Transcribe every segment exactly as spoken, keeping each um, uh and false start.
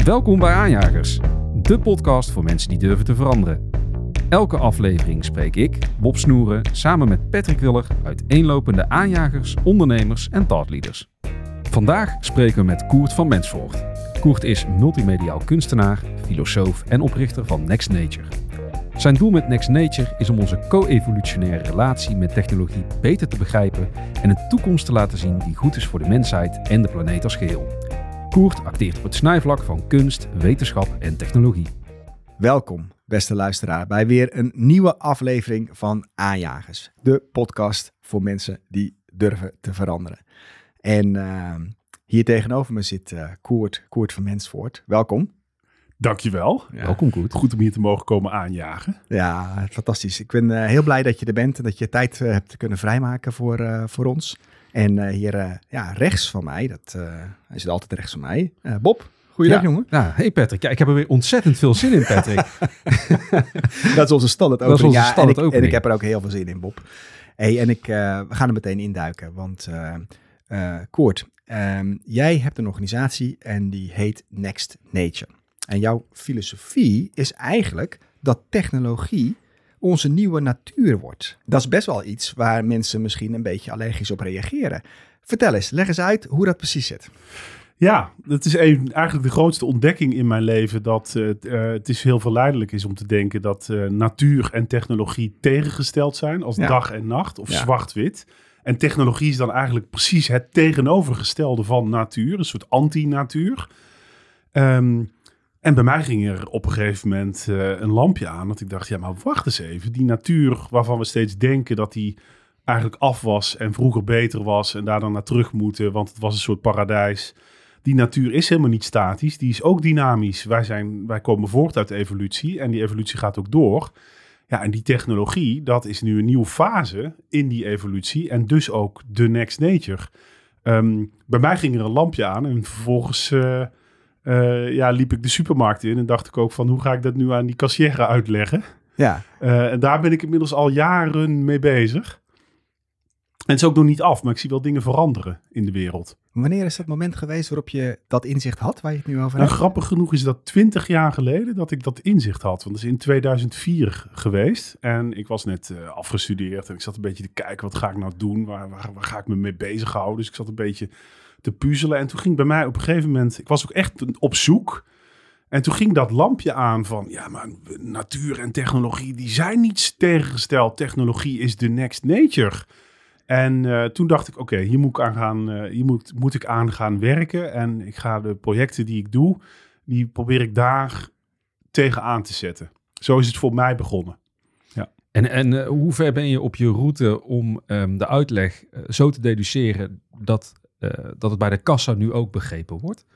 Welkom bij Aanjagers, de podcast voor mensen die durven te veranderen. Elke aflevering spreek ik, Bob Snoeren, samen met Patrick Willer, uiteenlopende aanjagers, ondernemers en thoughtleaders. Vandaag spreken we met Koert van Mensvoort. Koert is multimediaal kunstenaar, filosoof en oprichter van Next Nature. Zijn doel met Next Nature is om onze co-evolutionaire relatie met technologie beter te begrijpen en een toekomst te laten zien die goed is voor de mensheid en de planeet als geheel. Koert acteert op het snijvlak van kunst, wetenschap en technologie. Welkom, beste luisteraar, bij weer een nieuwe aflevering van Aanjagers. De podcast voor mensen die durven te veranderen. En uh, hier tegenover me zit uh, Koert, Koert van Mensvoort. Welkom. Dankjewel. Ja. Welkom Koert. Goed om hier te mogen komen aanjagen. Ja, fantastisch. Ik ben uh, heel blij dat je er bent en dat je tijd uh, hebt kunnen vrijmaken voor, uh, voor ons. En uh, hier uh, ja, rechts van mij, dat, uh, hij zit altijd rechts van mij, uh, Bob. Goeiedag, ja. jongen. Ja, hey Patrick. Ja, ik heb er weer ontzettend veel zin in, Patrick. Dat is onze standaard opening. Dat is onze ja, standaard en, ik, opening. en ik heb er ook heel veel zin in, Bob. Hey, en ik, uh, we gaan er meteen induiken, want uh, uh, Koert, um, jij hebt een organisatie en die heet Next Nature. En jouw filosofie is eigenlijk dat technologie onze nieuwe natuur wordt. Dat is best wel iets waar mensen misschien een beetje allergisch op reageren. Vertel eens, leg eens uit hoe dat precies zit. Ja, dat is een, eigenlijk de grootste ontdekking in mijn leven. Dat uh, uh, het is heel verleidelijk is om te denken dat uh, natuur en technologie tegengesteld zijn. Als Ja. dag en nacht of Ja. zwart-wit. En technologie is dan eigenlijk precies het tegenovergestelde van natuur. Een soort anti-natuur. Um, En bij mij ging er op een gegeven moment uh, een lampje aan. Dat ik dacht, ja, maar wacht eens even. Die natuur waarvan we steeds denken dat die eigenlijk af was en vroeger beter was. En daar dan naar terug moeten, want het was een soort paradijs. Die natuur is helemaal niet statisch. Die is ook dynamisch. Wij, zijn, wij komen voort uit de evolutie en die evolutie gaat ook door. Ja, en die technologie, dat is nu een nieuwe fase in die evolutie. En dus ook de Next Nature. Um, bij mij ging er een lampje aan en vervolgens... Uh, Uh, ja, liep ik de supermarkt in en dacht ik ook van hoe ga ik dat nu aan die kassière uitleggen? Ja. Uh, en daar ben ik inmiddels al jaren mee bezig. En het is ook nog niet af, maar ik zie wel dingen veranderen in de wereld. Wanneer is dat moment geweest waarop je dat inzicht had, waar je het nu over En hebt? grappig genoeg is dat twintig jaar geleden dat ik dat inzicht had. Want dat is in tweeduizend vier geweest. En ik was net uh, afgestudeerd en ik zat een beetje te kijken, wat ga ik nou doen? Waar, waar, waar ga ik me mee bezighouden? Dus ik zat een beetje te puzzelen. En toen ging bij mij op een gegeven moment, ik was ook echt op zoek. En toen ging dat lampje aan van, ja, maar natuur en technologie, die zijn niet tegengesteld. Technologie is de next nature. En uh, toen dacht ik, oké, okay, hier, moet ik aan gaan, uh, hier moet, moet ik aan gaan werken. En ik ga de projecten die ik doe, die probeer ik daar tegenaan te zetten. Zo is het voor mij begonnen. Ja. En, en uh, hoe ver ben je op je route om um, de uitleg uh, zo te deduceren dat, uh, dat het bij de kassa nu ook begrepen wordt?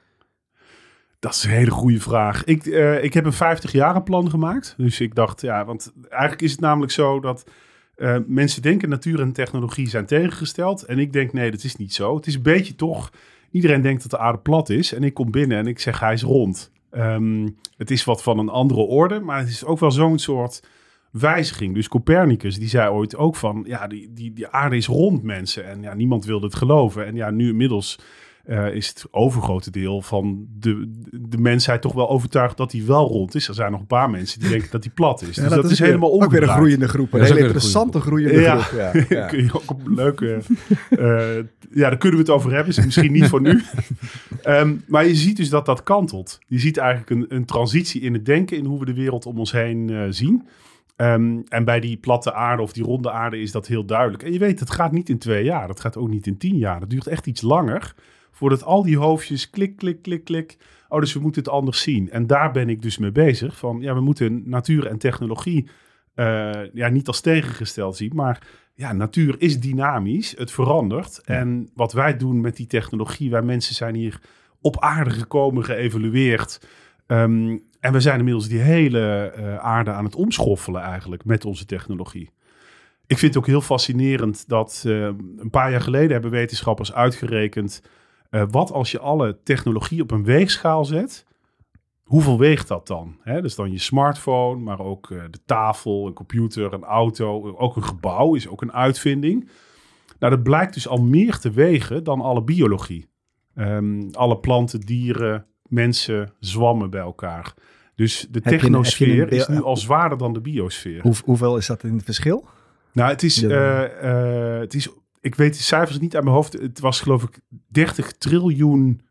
Dat is een hele goede vraag. Ik, uh, ik heb een vijftig-jaren plan gemaakt. Dus ik dacht, ja, want eigenlijk is het namelijk zo dat uh, mensen denken natuur en technologie zijn tegengesteld. En ik denk, nee, dat is niet zo. Het is een beetje toch, iedereen denkt dat de aarde plat is. En ik kom binnen en ik zeg, hij is rond. Um, het is wat van een andere orde, maar het is ook wel zo'n soort wijziging. Dus Copernicus, die zei ooit ook van, ja, die, die, die aarde is rond, mensen. En ja, niemand wilde het geloven. En ja, nu inmiddels Uh, is het overgrote deel van de, de mensheid toch wel overtuigd dat hij wel rond is. Er zijn nog een paar mensen die denken dat hij plat is. Ja, dus dat, dat is, is weer, helemaal omgedraaid. ook weer een groeiende groep. Een ja, hele een interessante groeiende ja. groep. Ja, ja. Kun je ook op een leuke... uh, ja, daar kunnen we het over hebben. Is misschien niet voor nu. um, maar je ziet dus dat dat kantelt. Je ziet eigenlijk een, een transitie in het denken, in hoe we de wereld om ons heen uh, zien. Um, en bij die platte aarde of die ronde aarde is dat heel duidelijk. En je weet, het gaat niet in twee jaar. Dat gaat ook niet in tien jaar. Dat duurt echt iets langer voordat al die hoofdjes klik, klik, klik, klik. Oh, dus we moeten het anders zien. En daar ben ik dus mee bezig. Van, ja, we moeten natuur en technologie uh, ja, niet als tegengesteld zien. Maar ja, natuur is dynamisch. Het verandert. Ja. En wat wij doen met die technologie, wij mensen zijn hier op aarde gekomen, geëvolueerd. Um, en we zijn inmiddels die hele uh, aarde aan het omschoffelen eigenlijk met onze technologie. Ik vind het ook heel fascinerend dat uh, een paar jaar geleden hebben wetenschappers uitgerekend, Uh, wat als je alle technologie op een weegschaal zet, hoeveel weegt dat dan? Hè? Dus dan je smartphone, maar ook uh, de tafel, een computer, een auto, ook een gebouw is ook een uitvinding. Nou, dat blijkt dus al meer te wegen dan alle biologie. Um, alle planten, dieren, mensen zwammen bij elkaar. Dus de Heb je een- technosfeer heb je een beel- is nu al zwaarder dan de biosfeer. Hoe, hoeveel is dat in het verschil? Nou, het is, Ja. uh, uh, het is, ik weet de cijfers niet uit mijn hoofd. Het was geloof ik dertig triljoen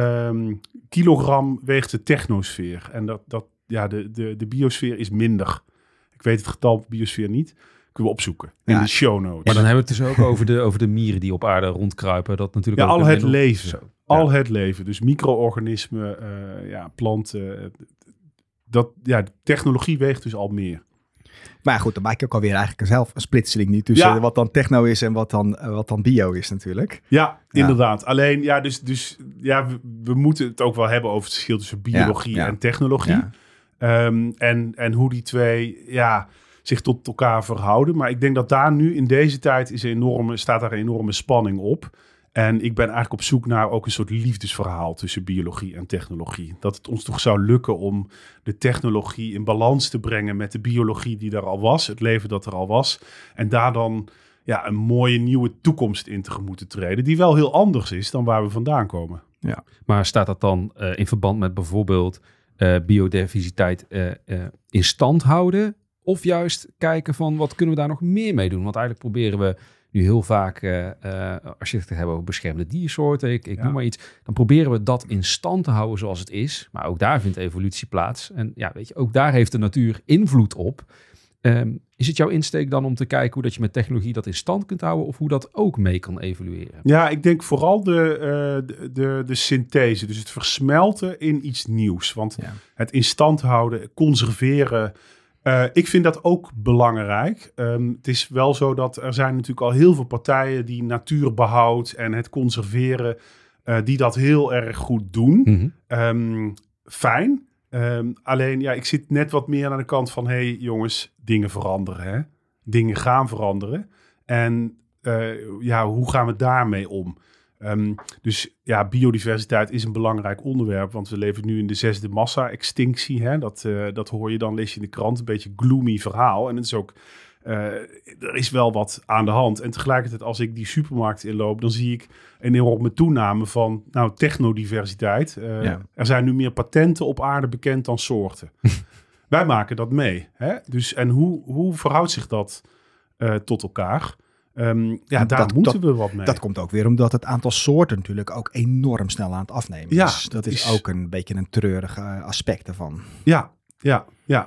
um, kilogram weegt de technosfeer. En dat, dat, ja, de, de, de biosfeer is minder. Ik weet het getal biosfeer niet. Kunnen we opzoeken in Ja. de show notes. Maar dan hebben we het dus ook over de, over de mieren die op aarde rondkruipen. Dat natuurlijk Ja, ook al een het enorm- leven. Zo. Al het leven. Dus micro-organismen, uh, ja, planten. Dat, ja, de technologie weegt dus al meer. Maar goed, dan maak je ook alweer eigenlijk zelf een splitseling niet tussen Ja. wat dan techno is en wat dan, uh, wat dan bio is natuurlijk. Ja, Ja. inderdaad. Alleen, ja, dus, dus ja, we, we moeten het ook wel hebben over het verschil tussen biologie Ja, ja. en technologie. Ja. Um, en, en hoe die twee ja, zich tot elkaar verhouden. Maar ik denk dat daar nu in deze tijd is een enorme, staat daar een enorme spanning op. En ik ben eigenlijk op zoek naar ook een soort liefdesverhaal tussen biologie en technologie. Dat het ons toch zou lukken om de technologie in balans te brengen met de biologie die er al was, het leven dat er al was. En daar dan ja, een mooie nieuwe toekomst in tegemoet te treden, die wel heel anders is dan waar we vandaan komen. Ja. Maar staat dat dan uh, in verband met bijvoorbeeld uh, biodiversiteit uh, uh, in stand houden? Of juist kijken van wat kunnen we daar nog meer mee doen? Want eigenlijk proberen we nu heel vaak, uh, uh, als je het hebt over beschermde diersoorten, ik, ik Ja. noem maar iets, dan proberen we dat in stand te houden zoals het is. Maar ook daar vindt evolutie plaats. En ja, weet je, ook daar heeft de natuur invloed op. Um, is het jouw insteek dan om te kijken hoe dat je met technologie dat in stand kunt houden of hoe dat ook mee kan evolueren? Ja, ik denk vooral de, uh, de, de, de synthese, dus het versmelten in iets nieuws. Want Ja. het in stand houden, conserveren, Uh, ik vind dat ook belangrijk. Um, het is wel zo dat er zijn natuurlijk al heel veel partijen die natuurbehoud en het conserveren, uh, die dat heel erg goed doen. Mm-hmm. Um, fijn. Um, alleen, ja, ik zit net wat meer aan de kant van, hé hey, jongens, dingen veranderen. Hè? Dingen gaan veranderen. En uh, ja, hoe gaan we daarmee om? Um, dus ja, biodiversiteit is een belangrijk onderwerp, want we leven nu in de zesde massa-extinctie. Hè? Dat, uh, dat hoor je dan, lees je in de krant, een beetje gloomy verhaal. En het is ook, uh, er is wel wat aan de hand. En tegelijkertijd, als ik die supermarkt inloop, dan zie ik een enorme toename van nou, technodiversiteit. Uh, Ja. Er zijn nu meer patenten op aarde bekend dan soorten. Wij maken dat mee. Hè? Dus, en hoe, hoe verhoudt zich dat uh, tot elkaar? Um, ja, daar dat, moeten dat, we wat mee. Dat komt ook weer omdat het aantal soorten natuurlijk ook enorm snel aan het afnemen Ja, is. Dat, dat is is ook een beetje een treurig uh, aspect ervan. Ja, ja, ja.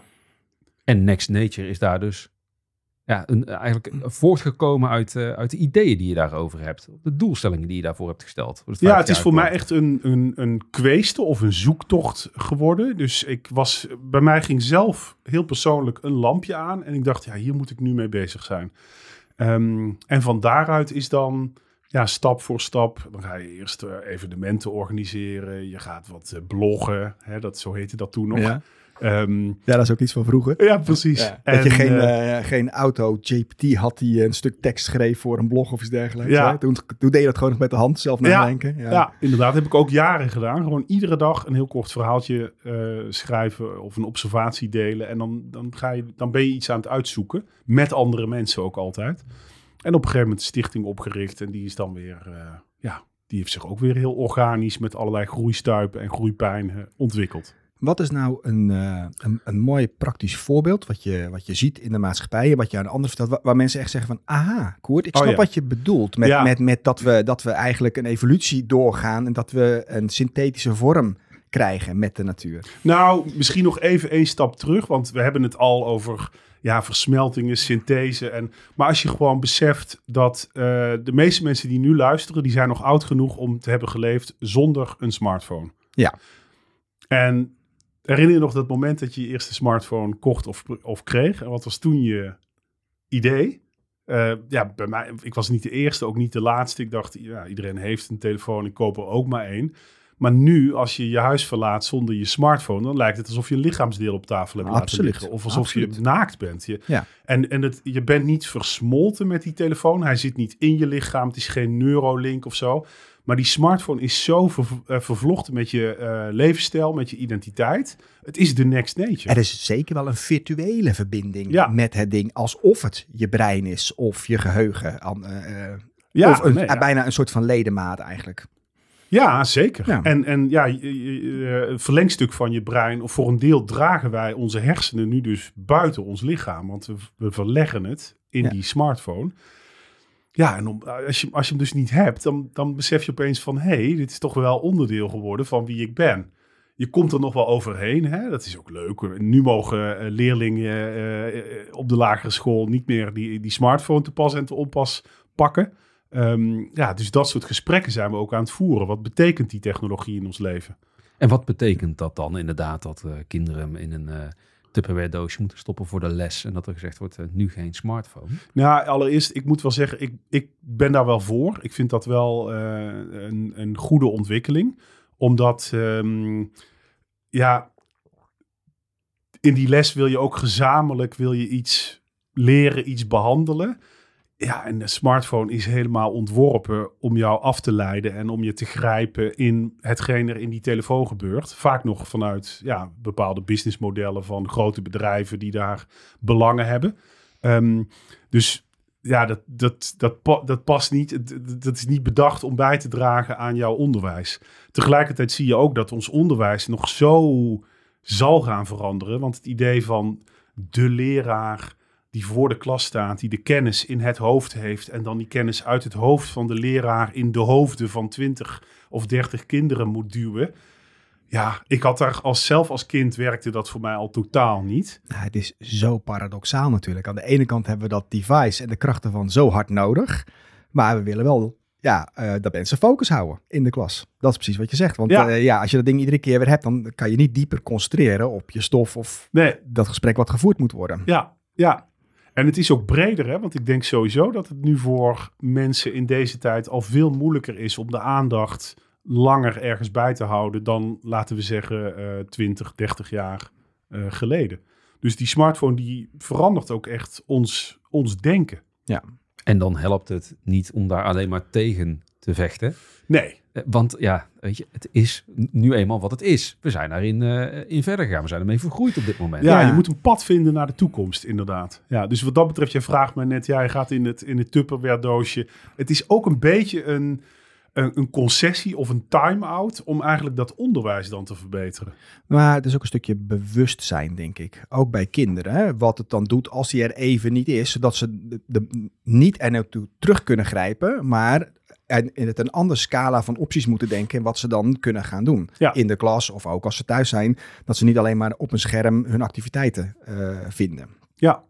En Next Nature is daar dus ja, een, eigenlijk voortgekomen uit, uh, uit de ideeën die je daarover hebt. De doelstellingen die je daarvoor hebt gesteld. voor Ja, het is voor mij jaar echt een, een, een kweeste of een zoektocht geworden. Dus ik was, bij mij ging zelf heel persoonlijk een lampje aan. En ik dacht, ja, hier moet ik nu mee bezig zijn. Um, en van daaruit is dan ja, stap voor stap. Dan ga je eerst uh, evenementen organiseren. Je gaat wat uh, bloggen. Hè, dat, zo heette dat toen nog. Ja. Um, Ja, dat is ook iets van vroeger. ja, precies. Ja, En, dat je geen, uh, uh, geen auto G P T had die een stuk tekst schreef voor een blog of iets dergelijks. Ja. Hè? Toen, toen deed je dat gewoon nog met de hand, zelf nadenken. Ja, Ja. ja, inderdaad. Heb ik ook jaren gedaan. Gewoon iedere dag een heel kort verhaaltje uh, schrijven of een observatie delen. En dan, dan, ga je, dan ben je iets aan het uitzoeken. Met andere mensen ook altijd. En op een gegeven moment een stichting opgericht. En die is dan weer, uh, ja, die heeft zich ook weer heel organisch met allerlei groeistuipen en groeipijn uh, ontwikkeld. Wat is nou een, uh, een, een mooi praktisch voorbeeld wat je, wat je ziet in de maatschappij en wat je aan de ander vertelt, waar, waar mensen echt zeggen van, aha, Koert, ik snap Oh, ja. wat je bedoelt met, Ja. met, met dat, we, dat we eigenlijk een evolutie doorgaan en dat we een synthetische vorm krijgen met de natuur. Nou, misschien nog even één stap terug, want we hebben het al over ja, versmeltingen, synthese. En, maar als je gewoon beseft dat uh, de meeste mensen die nu luisteren, die zijn nog oud genoeg om te hebben geleefd zonder een smartphone. Ja. En herinner je nog dat moment dat je je eerste smartphone kocht of, of kreeg? En wat was toen je idee? Uh, ja, bij mij, ik was niet de eerste, ook niet de laatste. Ik dacht, ja, iedereen heeft een telefoon, ik koop er ook maar één. Maar nu, als je je huis verlaat zonder je smartphone, dan lijkt het alsof je een lichaamsdeel op tafel hebt laten Absoluut. liggen. Of alsof Absoluut. je naakt bent. Je, Ja. En, en het, je bent niet versmolten met die telefoon. Hij zit niet in je lichaam. Het is geen neurolink of zo. Maar die smartphone is zo ver, uh, vervlochten met je uh, levensstijl, met je identiteit. Het is de next nature. Er is zeker wel een virtuele verbinding Ja. met het ding, alsof het je brein is of je geheugen. Uh, uh, Ja, of een, nee, ja. bijna een soort van ledemaat eigenlijk. Ja, zeker. Ja. En, en ja, een verlengstuk van je brein, of voor een deel dragen wij onze hersenen nu dus buiten ons lichaam. Want we, we verleggen het in Ja. die smartphone. Ja, en om, als, je, als je hem dus niet hebt, dan, dan besef je opeens van... hé, hey, dit is toch wel onderdeel geworden van wie ik ben. Je komt er nog wel overheen, hè? Dat is ook leuk. Nu mogen uh, leerlingen uh, uh, op de lagere school niet meer die, die smartphone te pas en te onpas pakken. Um, ja, dus dat soort gesprekken zijn we ook aan het voeren. Wat betekent die technologie in ons leven? En wat betekent dat dan inderdaad dat uh, kinderen hem in een uh, Tupperware doosje moeten stoppen voor de les en dat er gezegd wordt, uh, nu geen smartphone? Nou, allereerst, ik moet wel zeggen, ik, ik ben daar wel voor. Ik vind dat wel uh, een, een goede ontwikkeling. Omdat, um, ja, in die les wil je ook gezamenlijk wil je iets leren, iets behandelen. Ja, en de smartphone is helemaal ontworpen om jou af te leiden en om je te grijpen in hetgeen er in die telefoon gebeurt. Vaak nog vanuit ja, bepaalde businessmodellen van grote bedrijven die daar belangen hebben. Um, dus ja, dat, dat, dat, dat past niet. Dat is niet bedacht om bij te dragen aan jouw onderwijs. Tegelijkertijd zie je ook dat ons onderwijs nog zo zal gaan veranderen. Want het idee van de leraar die voor de klas staat, die de kennis in het hoofd heeft en dan die kennis uit het hoofd van de leraar in de hoofden van twintig of dertig kinderen moet duwen. Ja, ik had daar als zelf als kind werkte dat voor mij al totaal niet. Nou, het is zo paradoxaal natuurlijk. Aan de ene kant hebben we dat device en de krachten van zo hard nodig, maar we willen wel ja, uh, dat mensen focus houden in de klas. Dat is precies wat je zegt. Want ja. Uh, ja, als je dat ding iedere keer weer hebt, dan kan je niet dieper concentreren op je stof of nee. dat gesprek wat gevoerd moet worden. Ja, ja. En het is ook breder, hè? Want ik denk sowieso dat het nu voor mensen in deze tijd al veel moeilijker is om de aandacht langer ergens bij te houden dan, laten we zeggen, uh, twintig, dertig jaar uh, geleden. Dus die smartphone die verandert ook echt ons, ons denken. Ja. En dan helpt het niet om daar alleen maar tegen te vechten. Nee. Want ja, weet je, het is nu eenmaal wat het is. We zijn daarin uh, in verder gegaan. We zijn ermee vergroeid op dit moment. Ja, ja, je moet een pad vinden naar de toekomst, inderdaad. Ja, dus wat dat betreft, jij vraagt me net, jij gaat in het, in het Tupperware doosje. Het is ook een beetje een, een, een concessie of een time-out om eigenlijk dat onderwijs dan te verbeteren. Maar het is ook een stukje bewustzijn, denk ik. Ook bij kinderen, hè? Wat het dan doet als hij er even niet is, zodat ze de, de, niet er naartoe terug kunnen grijpen, maar en in het een andere scala van opties moeten denken en wat ze dan kunnen gaan doen. Ja. In de klas of ook als ze thuis zijn. Dat ze niet alleen maar op een scherm hun activiteiten uh, vinden. Ja.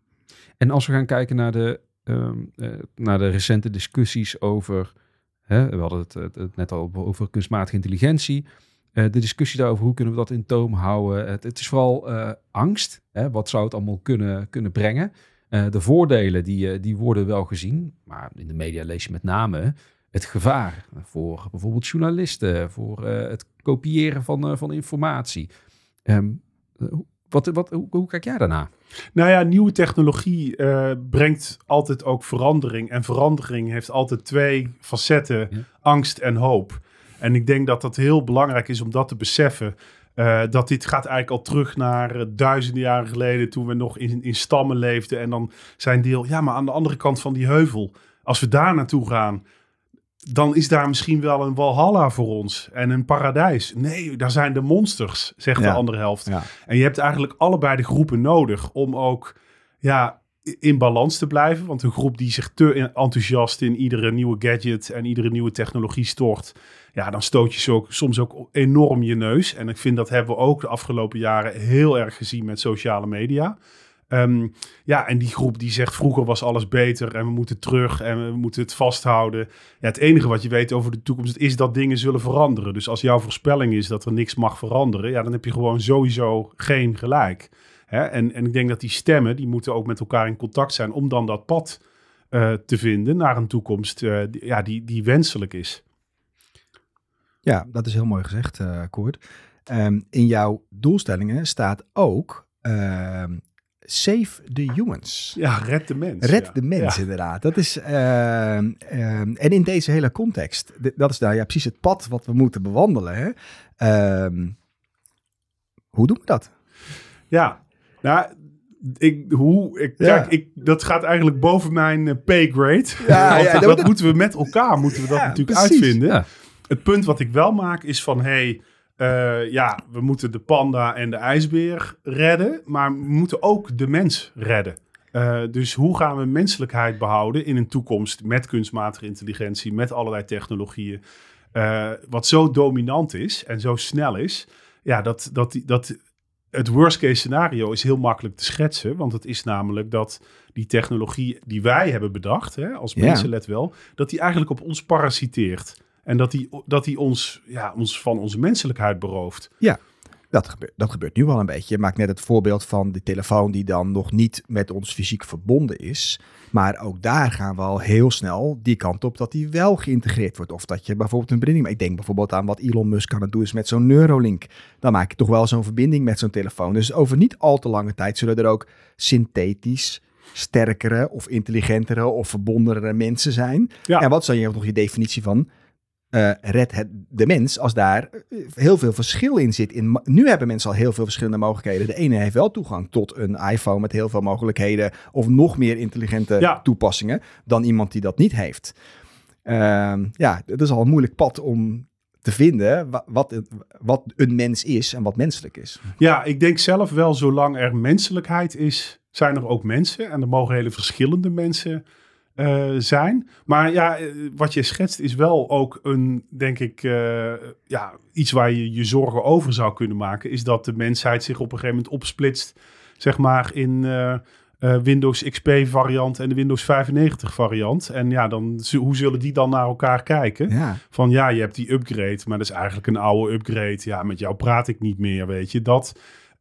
En als we gaan kijken naar de, um, uh, naar de recente discussies over, hè, we hadden het, het, het net al over kunstmatige intelligentie. Uh, de discussie daarover, hoe kunnen we dat in toom houden? Het, het is vooral uh, angst. Hè? Wat zou het allemaal kunnen, kunnen brengen? Uh, de voordelen die, uh, die worden wel gezien, maar in de media lees je met name het gevaar voor bijvoorbeeld journalisten, voor uh, het kopiëren van, uh, van informatie. Um, wat, wat, hoe, hoe kijk jij daarna? Nou ja, nieuwe technologie uh, brengt altijd ook verandering. En verandering heeft altijd twee facetten, ja. angst en hoop. En ik denk dat dat heel belangrijk is om dat te beseffen. Uh, dat dit gaat eigenlijk al terug naar uh, duizenden jaren geleden, toen we nog in, in stammen leefden. En dan zijn deel, ja, maar aan de andere kant van die heuvel, als we daar naartoe gaan, dan is daar misschien wel een Walhalla voor ons en een paradijs. Nee, daar zijn de monsters, zegt ja. de andere helft. Ja. En je hebt eigenlijk allebei de groepen nodig om ook ja, in balans te blijven. Want een groep die zich te enthousiast in iedere nieuwe gadget en iedere nieuwe technologie stort, ja, dan stoot je zo ook, soms ook enorm je neus. En ik vind dat hebben we ook de afgelopen jaren heel erg gezien met sociale media. Um, ja, en die groep die zegt vroeger was alles beter en we moeten terug en we moeten het vasthouden. Ja, het enige wat je weet over de toekomst is dat dingen zullen veranderen. Dus als jouw voorspelling is dat er niks mag veranderen, ja, dan heb je gewoon sowieso geen gelijk. Hè? En, en ik denk dat die stemmen, die moeten ook met elkaar in contact zijn om dan dat pad uh, te vinden naar een toekomst uh, die, ja, die, die wenselijk is. Ja, dat is heel mooi gezegd, uh, Koert. Um, in jouw doelstellingen staat ook Uh, Save the humans. Ja, red de mens. Red ja. de mens, ja. inderdaad. Dat is, uh, uh, en in deze hele context, d- dat is nou ja, precies het pad wat we moeten bewandelen. Hè? Uh, hoe doen we dat? Ja, nou, ik, hoe, ik, ja. kijk, ik, dat gaat eigenlijk boven mijn uh, pay grade. Ja, Want ja, dat, dat, dat moeten we met elkaar, moeten we dat ja, natuurlijk precies. uitvinden. Ja. het punt wat ik wel maak is van... hey, uh, ja, we moeten de panda en de ijsbeer redden... maar we moeten ook de mens redden. Uh, dus hoe gaan we menselijkheid behouden in een toekomst... met kunstmatige intelligentie, met allerlei technologieën... Uh, wat zo dominant is en zo snel is... ja, dat, dat, dat het worst case scenario is heel makkelijk te schetsen... want het is namelijk dat die technologie die wij hebben bedacht... Hè, als mensen, ja. let wel, dat die eigenlijk op ons parasiteert... En dat die, dat die ons, ja, ons van onze menselijkheid berooft. Ja, dat gebeurt, dat gebeurt nu al een beetje. Je maakt net het voorbeeld van die telefoon die dan nog niet met ons fysiek verbonden is. Maar ook daar gaan we al heel snel die kant op dat die wel geïntegreerd wordt. Of dat je bijvoorbeeld een verbinding... Ik denk bijvoorbeeld aan wat Elon Musk aan het doen is met zo'n Neuralink. Dan maak je toch wel zo'n verbinding met zo'n telefoon. Dus over niet al te lange tijd zullen er ook synthetisch... sterkere of intelligentere of verbondenere mensen zijn. Ja. En wat is dan nog je definitie van... Uh, red het de mens als daar heel veel verschil in zit. In, nu hebben mensen al heel veel verschillende mogelijkheden. De ene heeft wel toegang tot een iPhone met heel veel mogelijkheden... of nog meer intelligente ja. toepassingen dan iemand die dat niet heeft. Uh, ja, het is al een moeilijk pad om te vinden wat, wat een mens is en wat menselijk is. Ja, ik denk zelf wel, zolang er menselijkheid is, zijn er ook mensen. En er mogen hele verschillende mensen... Uh, zijn. Maar ja, wat je schetst is wel ook een, denk ik, uh, ja, iets waar je je zorgen over zou kunnen maken, is dat de mensheid zich op een gegeven moment opsplitst, zeg maar, in uh, uh, Windows X P variant en de Windows vijfennegentig variant. En ja, dan, hoe zullen die dan naar elkaar kijken? Ja. Van ja, je hebt die upgrade, maar dat is eigenlijk een oude upgrade. Ja, met jou praat ik niet meer, weet je. Dat...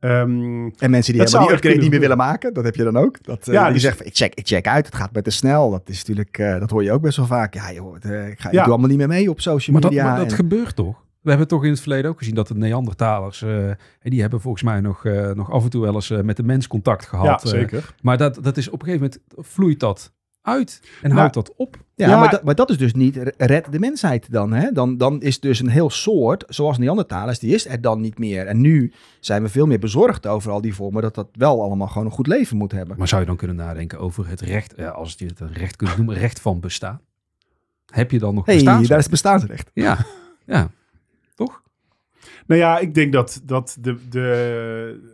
Um, en mensen die helemaal die upgrade niet meer willen maken, dat heb je dan ook. Dat, uh, ja, die dus, zeggen, ik check, ik check uit, het gaat me te snel. Dat is natuurlijk, uh, dat hoor je ook best wel vaak. Ja joh, het, uh, ik, ga, ja. ik doe allemaal niet meer mee op social maar media. Dat, maar dat en... gebeurt toch? We hebben toch in het verleden ook gezien dat de Neandertalers, uh, die hebben volgens mij nog, uh, nog af en toe wel eens uh, met de mens contact gehad. Ja, zeker. Uh, maar dat, dat is op een gegeven moment, vloeit dat uit en nou, houdt dat op. Ja, ja. Maar, dat, maar dat is dus niet red de mensheid dan, hè? Dan, dan is dus een heel soort, zoals Neandertalers, die is er dan niet meer. En nu zijn we veel meer bezorgd over al die vormen, dat dat wel allemaal gewoon een goed leven moet hebben. Maar zou je dan kunnen nadenken over het recht, ja, als je het een recht kunt noemen, recht van bestaan? Heb je dan nog hey, bestaansrecht? Daar is bestaansrecht. Ja, ja. Toch? Nou ja, ik denk dat, dat de... de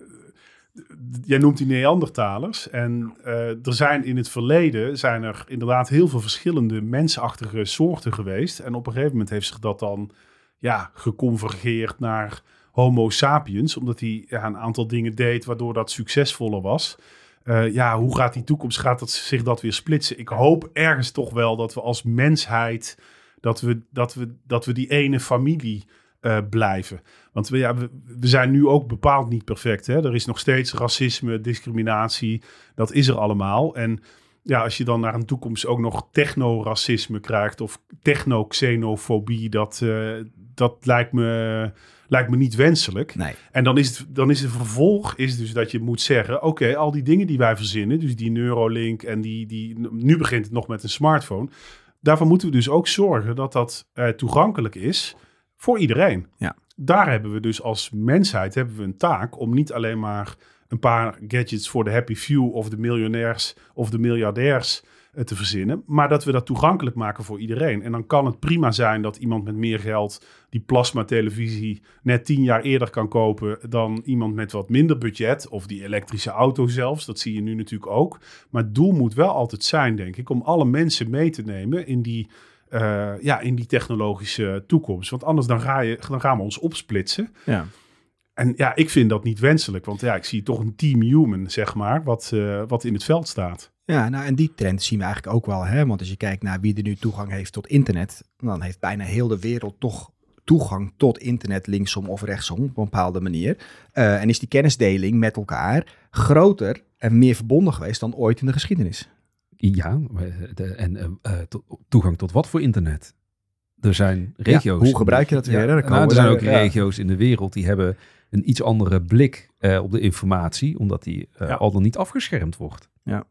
Jij noemt die Neandertalers en uh, er zijn in het verleden zijn er inderdaad heel veel verschillende mensachtige soorten geweest. En op een gegeven moment heeft zich dat dan ja, geconvergeerd naar Homo sapiens, omdat hij ja, een aantal dingen deed waardoor dat succesvoller was. Uh, ja, hoe gaat die toekomst, gaat dat, zich dat weer splitsen? Ik hoop ergens toch wel dat we als mensheid, dat we, dat we, dat we die ene familie Uh, blijven. Want we, ja, we, we zijn nu ook bepaald niet perfect. Hè? Er is nog steeds racisme, discriminatie. Dat is er allemaal. En ja, als je dan naar een toekomst ook nog technoracisme krijgt of technoxenofobie, dat, uh, dat lijkt me, lijkt me niet wenselijk. Nee. En dan is het, dan is het vervolg is dus dat je moet zeggen, oké, okay, al die dingen die wij verzinnen, dus die Neuralink en die, die, nu begint het nog met een smartphone, daarvan moeten we dus ook zorgen dat dat uh, toegankelijk is voor iedereen. Ja. Daar hebben we dus als mensheid hebben we een taak om niet alleen maar een paar gadgets voor de happy few of de miljonairs of de miljardairs uh, te verzinnen, maar dat we dat toegankelijk maken voor iedereen. En dan kan het prima zijn dat iemand met meer geld die plasma-televisie net tien jaar eerder kan kopen dan iemand met wat minder budget of die elektrische auto zelfs. Dat zie je nu natuurlijk ook. Maar het doel moet wel altijd zijn, denk ik, om alle mensen mee te nemen in die Uh, ja, in die technologische toekomst. Want anders dan, ga je, dan gaan we ons opsplitsen. Ja. En ja, ik vind dat niet wenselijk. Want ja, ik zie toch een team human, zeg maar, wat, uh, wat in het veld staat. Ja, nou en die trend zien we eigenlijk ook wel. Hè? Want als je kijkt naar wie er nu toegang heeft tot internet, dan heeft bijna heel de wereld toch toegang tot internet, linksom of rechtsom, op een bepaalde manier. Uh, en is die kennisdeling met elkaar groter en meer verbonden geweest dan ooit in de geschiedenis. Ja, de, en uh, to, toegang tot wat voor internet? Er zijn regio's. Ja, hoe gebruik je dat weer? Ja, nou, er zijn ook ja. regio's in de wereld die hebben een iets andere blik uh, op de informatie, omdat die uh, ja. al dan niet afgeschermd wordt. Ja,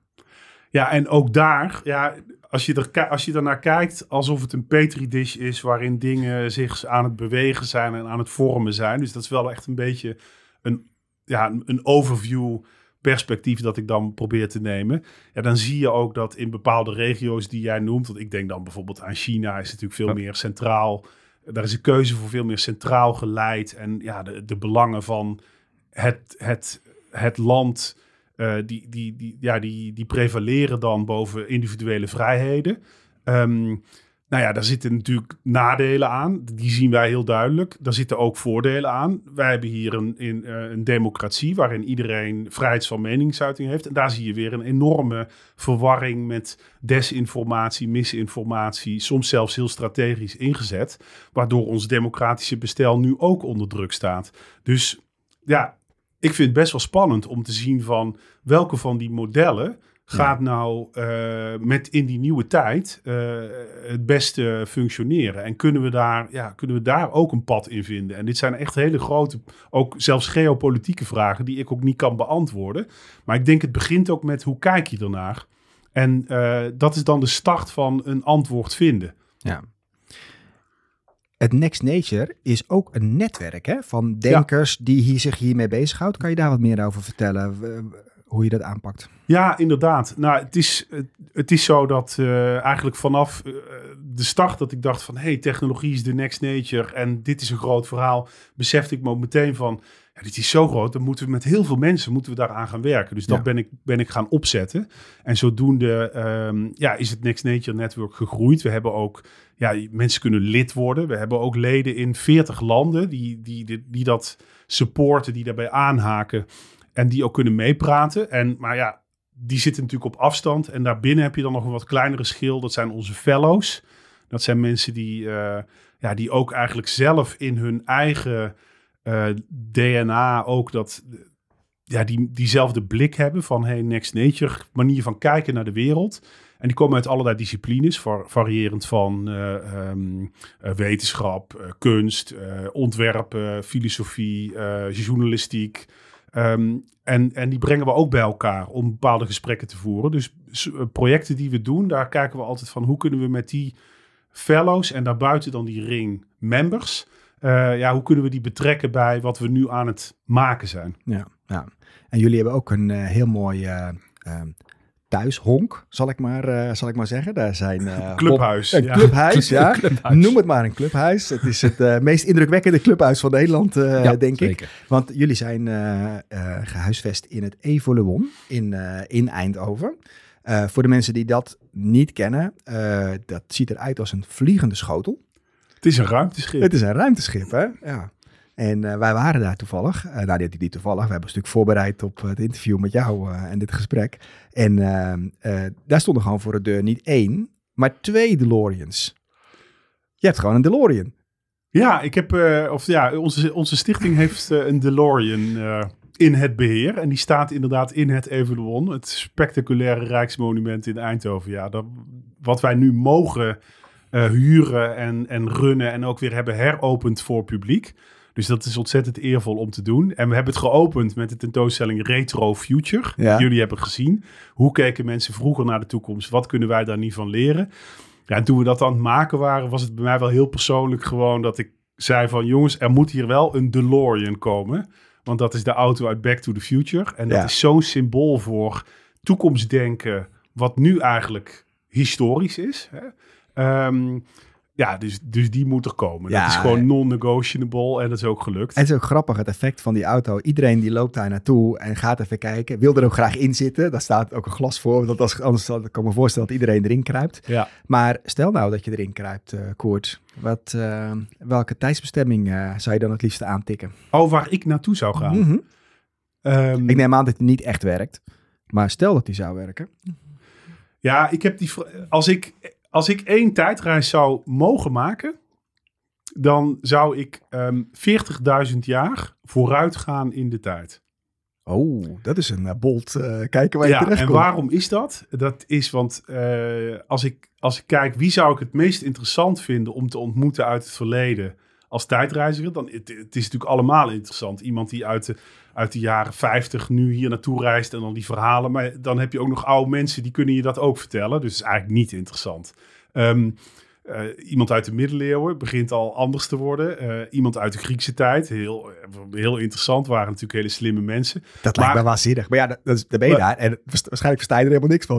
ja en ook daar, ja, als je er als je ernaar kijkt, alsof het een petri dish is waarin dingen zich aan het bewegen zijn en aan het vormen zijn. Dus dat is wel echt een beetje een, ja, een overview perspectief dat ik dan probeer te nemen. Ja, dan zie je ook dat in bepaalde regio's die jij noemt, want ik denk dan bijvoorbeeld aan China, is natuurlijk veel ja. meer centraal daar is een keuze voor veel meer centraal geleid. En ja, de, de belangen van het, het, het land, uh, die, die, die, ja, die, die prevaleren dan boven individuele vrijheden. Um, Nou ja, daar zitten natuurlijk nadelen aan. Die zien wij heel duidelijk. Daar zitten ook voordelen aan. Wij hebben hier een, in, uh, een democratie waarin iedereen vrijheid van meningsuiting heeft. En daar zie je weer een enorme verwarring met desinformatie, misinformatie. Soms zelfs heel strategisch ingezet. Waardoor ons democratische bestel nu ook onder druk staat. Dus ja, ik vind het best wel spannend om te zien van welke van die modellen gaat nou uh, met in die nieuwe tijd uh, het beste functioneren? En kunnen we, daar, ja, kunnen we daar ook een pad in vinden? En dit zijn echt hele grote, ook zelfs geopolitieke vragen die ik ook niet kan beantwoorden. Maar ik denk het begint ook met hoe kijk je ernaar? En uh, dat is dan de start van een antwoord vinden. Ja. Het Next Nature is ook een netwerk hè, van denkers ja. die hier, zich hiermee bezighoudt. Kan je daar wat meer over vertellen? Hoe je dat aanpakt? Ja, inderdaad. Nou, het is, het is zo dat uh, eigenlijk vanaf uh, de start dat ik dacht van hey, technologie is de next nature en dit is een groot verhaal, besefte ik me ook meteen van ja, dit is zo groot, dan moeten we met heel veel mensen moeten we daaraan gaan werken. Dus dat ja. ben, ik, ben ik gaan opzetten. En zodoende um, ja, is het Next Nature Network gegroeid. We hebben ook, ja, mensen kunnen lid worden. We hebben ook leden in veertig landen die, die, die, die dat supporten, die daarbij aanhaken. En die ook kunnen meepraten. En, maar ja, die zitten natuurlijk op afstand. En daarbinnen heb je dan nog een wat kleinere schil. Dat zijn onze fellows. Dat zijn mensen die, uh, ja, die ook eigenlijk zelf in hun eigen uh, D N A ook dat, ja, die, diezelfde blik hebben van hey, Next Nature, manier van kijken naar de wereld. En die komen uit allerlei disciplines, var- variërend van uh, um, uh, wetenschap, uh, kunst, uh, ontwerpen, filosofie, uh, journalistiek. Um, en, en die brengen we ook bij elkaar om bepaalde gesprekken te voeren. Dus uh, projecten die we doen, daar kijken we altijd van hoe kunnen we met die fellows en daarbuiten dan die ring members, uh, ja, hoe kunnen we die betrekken bij wat we nu aan het maken zijn. Ja, ja. En jullie hebben ook een uh, heel mooi uh, uh, thuishonk, zal ik maar, uh, zal ik maar zeggen. Daar zijn uh, clubhuis. Een ja. clubhuis, ja. Clubhuis. Noem het maar een clubhuis. Het is het uh, meest indrukwekkende clubhuis van Nederland, uh, Ja, denk zeker. ik. Want jullie zijn uh, uh, gehuisvest in het Evoluon in, uh, in Eindhoven. Uh, voor de mensen die dat niet kennen, uh, dat ziet eruit als een vliegende schotel. Het is een ruimteschip. Het is een ruimteschip, hè? Ja. En uh, wij waren daar toevallig. Uh, nou, dit niet toevallig. We hebben een stuk voorbereid op het interview met jou uh, en dit gesprek. En uh, uh, daar stonden gewoon voor de deur niet één, maar twee DeLoreans. Je hebt gewoon een DeLorean. Ja, ik heb, uh, of ja, onze, onze stichting heeft uh, een DeLorean uh, in het beheer. En die staat inderdaad in het Evoluon, het spectaculaire Rijksmonument in Eindhoven. Ja, dat, wat wij nu mogen uh, huren en, en runnen en ook weer hebben heropend voor publiek. Dus dat is ontzettend eervol om te doen. En we hebben het geopend met de tentoonstelling Retro Future. Ja. Die jullie hebben gezien. Hoe keken mensen vroeger naar de toekomst? Wat kunnen wij daar niet van leren? Ja, en toen we dat aan het maken waren, was het bij mij wel heel persoonlijk gewoon dat ik zei van jongens, er moet hier wel een DeLorean komen. Want dat is de auto uit Back to the Future. En dat Ja. is zo'n symbool voor toekomstdenken, wat nu eigenlijk historisch is. Hè? Um, ja, dus, dus die moet er komen. Ja, dat is gewoon non-negotiable en dat is ook gelukt. En het is ook grappig, het effect van die auto. Iedereen die loopt daar naartoe en gaat even kijken. Wil er ook graag in zitten. Daar staat ook een glas voor. Want als, anders kan ik me voorstellen dat iedereen erin kruipt. Ja. Maar stel nou dat je erin kruipt, uh, Koert. Wat, uh, welke tijdsbestemming uh, zou je dan het liefste aantikken? Oh, waar ik naartoe zou gaan. Mm-hmm. Um, Ik neem aan dat het niet echt werkt. Maar stel dat die zou werken. Ja, ik heb die. Als ik, als ik één tijdreis zou mogen maken, dan zou ik um, veertigduizend jaar vooruit gaan in de tijd. Oh, dat is een uh, bold uh, kijken waar je Ja, terecht en komt. waarom is dat? Dat is want uh, als, ik, als ik kijk wie zou ik het meest interessant vinden om te ontmoeten uit het verleden als tijdreiziger, dan het, het is natuurlijk allemaal interessant. Iemand die uit de, uit de jaren vijftig nu hier naartoe reist en dan die verhalen. Maar dan heb je ook nog oude mensen die kunnen je dat ook vertellen. Dus het is eigenlijk niet interessant. Um, uh, iemand uit de middeleeuwen begint al anders te worden. Uh, iemand uit de Griekse tijd, heel, heel interessant, waren natuurlijk hele slimme mensen. Dat lijkt Maar- me waanzinnig. Maar ja, dat, dat is, daar ben je Maar- daar. En waarschijnlijk versta je er helemaal niks van.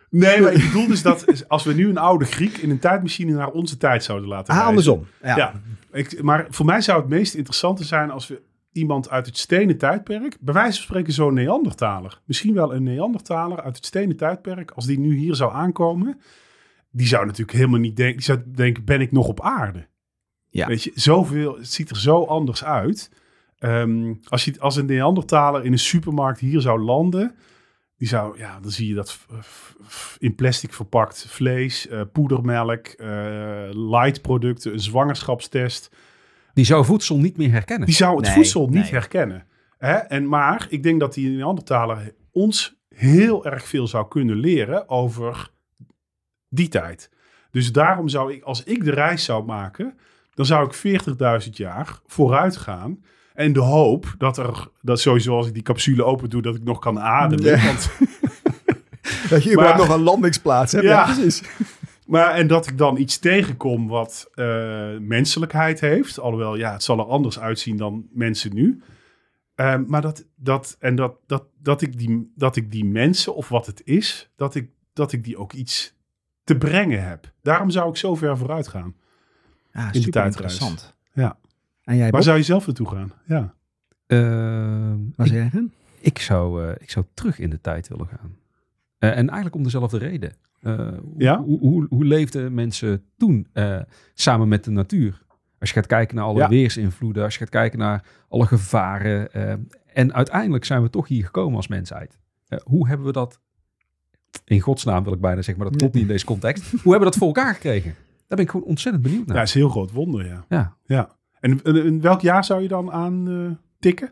Nee, maar ik bedoel dus dat als we nu een oude Griek in een tijdmachine naar onze tijd zouden laten Ah, reizen. andersom. Ja. Ja, ik, maar voor mij zou het meest interessante zijn als we iemand uit het stenen tijdperk, bij wijze van spreken zo'n Neandertaler, misschien wel een Neandertaler uit het stenen tijdperk, als die nu hier zou aankomen, die zou natuurlijk helemaal niet denken, die zou denken, ben ik nog op aarde? Ja. Weet je, zoveel, het ziet er zo anders uit. Um, als, je, als een Neandertaler in een supermarkt hier zou landen, die zou, ja, dan zie je dat f- f- in plastic verpakt vlees, uh, poedermelk, uh, light producten, een zwangerschapstest. Die zou voedsel niet meer herkennen. Die zou het Nee, voedsel niet nee. herkennen. Hè? En, maar ik denk dat die Neandertaler ons heel erg veel zou kunnen leren over die tijd. Dus daarom zou ik, als ik de reis zou maken, dan zou ik veertigduizend jaar vooruit gaan. En de hoop dat er, dat sowieso als ik die capsule open doe, dat ik nog kan ademen. Ja. Want, Dat je überhaupt nog een landingsplaats hebt. Ja, Ja. precies. maar en dat ik dan iets tegenkom wat uh, menselijkheid heeft. Alhoewel, ja, het zal er anders uitzien dan mensen nu. Um, maar dat, dat, en dat, dat, dat, ik die, dat ik die mensen, of wat het is, dat ik, dat ik die ook iets te brengen heb. Daarom zou ik zo ver vooruit gaan. Ja, de super tijdreis. interessant. Ja. En jij, Waar Bob? zou je zelf naartoe gaan? Ja. Uh, Waar ik, zou jij gaan? ik, zou, uh, ik zou terug in de tijd willen gaan. Uh, en eigenlijk om dezelfde reden. Uh, Ja? hoe, hoe, hoe leefden mensen toen uh, samen met de natuur? Als je gaat kijken naar alle Ja. weersinvloeden, als je gaat kijken naar alle gevaren. Uh, en uiteindelijk zijn we toch hier gekomen als mensheid. Uh, hoe hebben we dat, in godsnaam wil ik bijna zeggen, maar dat klopt niet in deze context. Hoe hebben we dat voor elkaar gekregen? Daar ben ik gewoon ontzettend benieuwd naar. Ja, dat is een heel groot wonder, ja. Ja. ja. En in, in welk jaar zou je dan aan uh, tikken?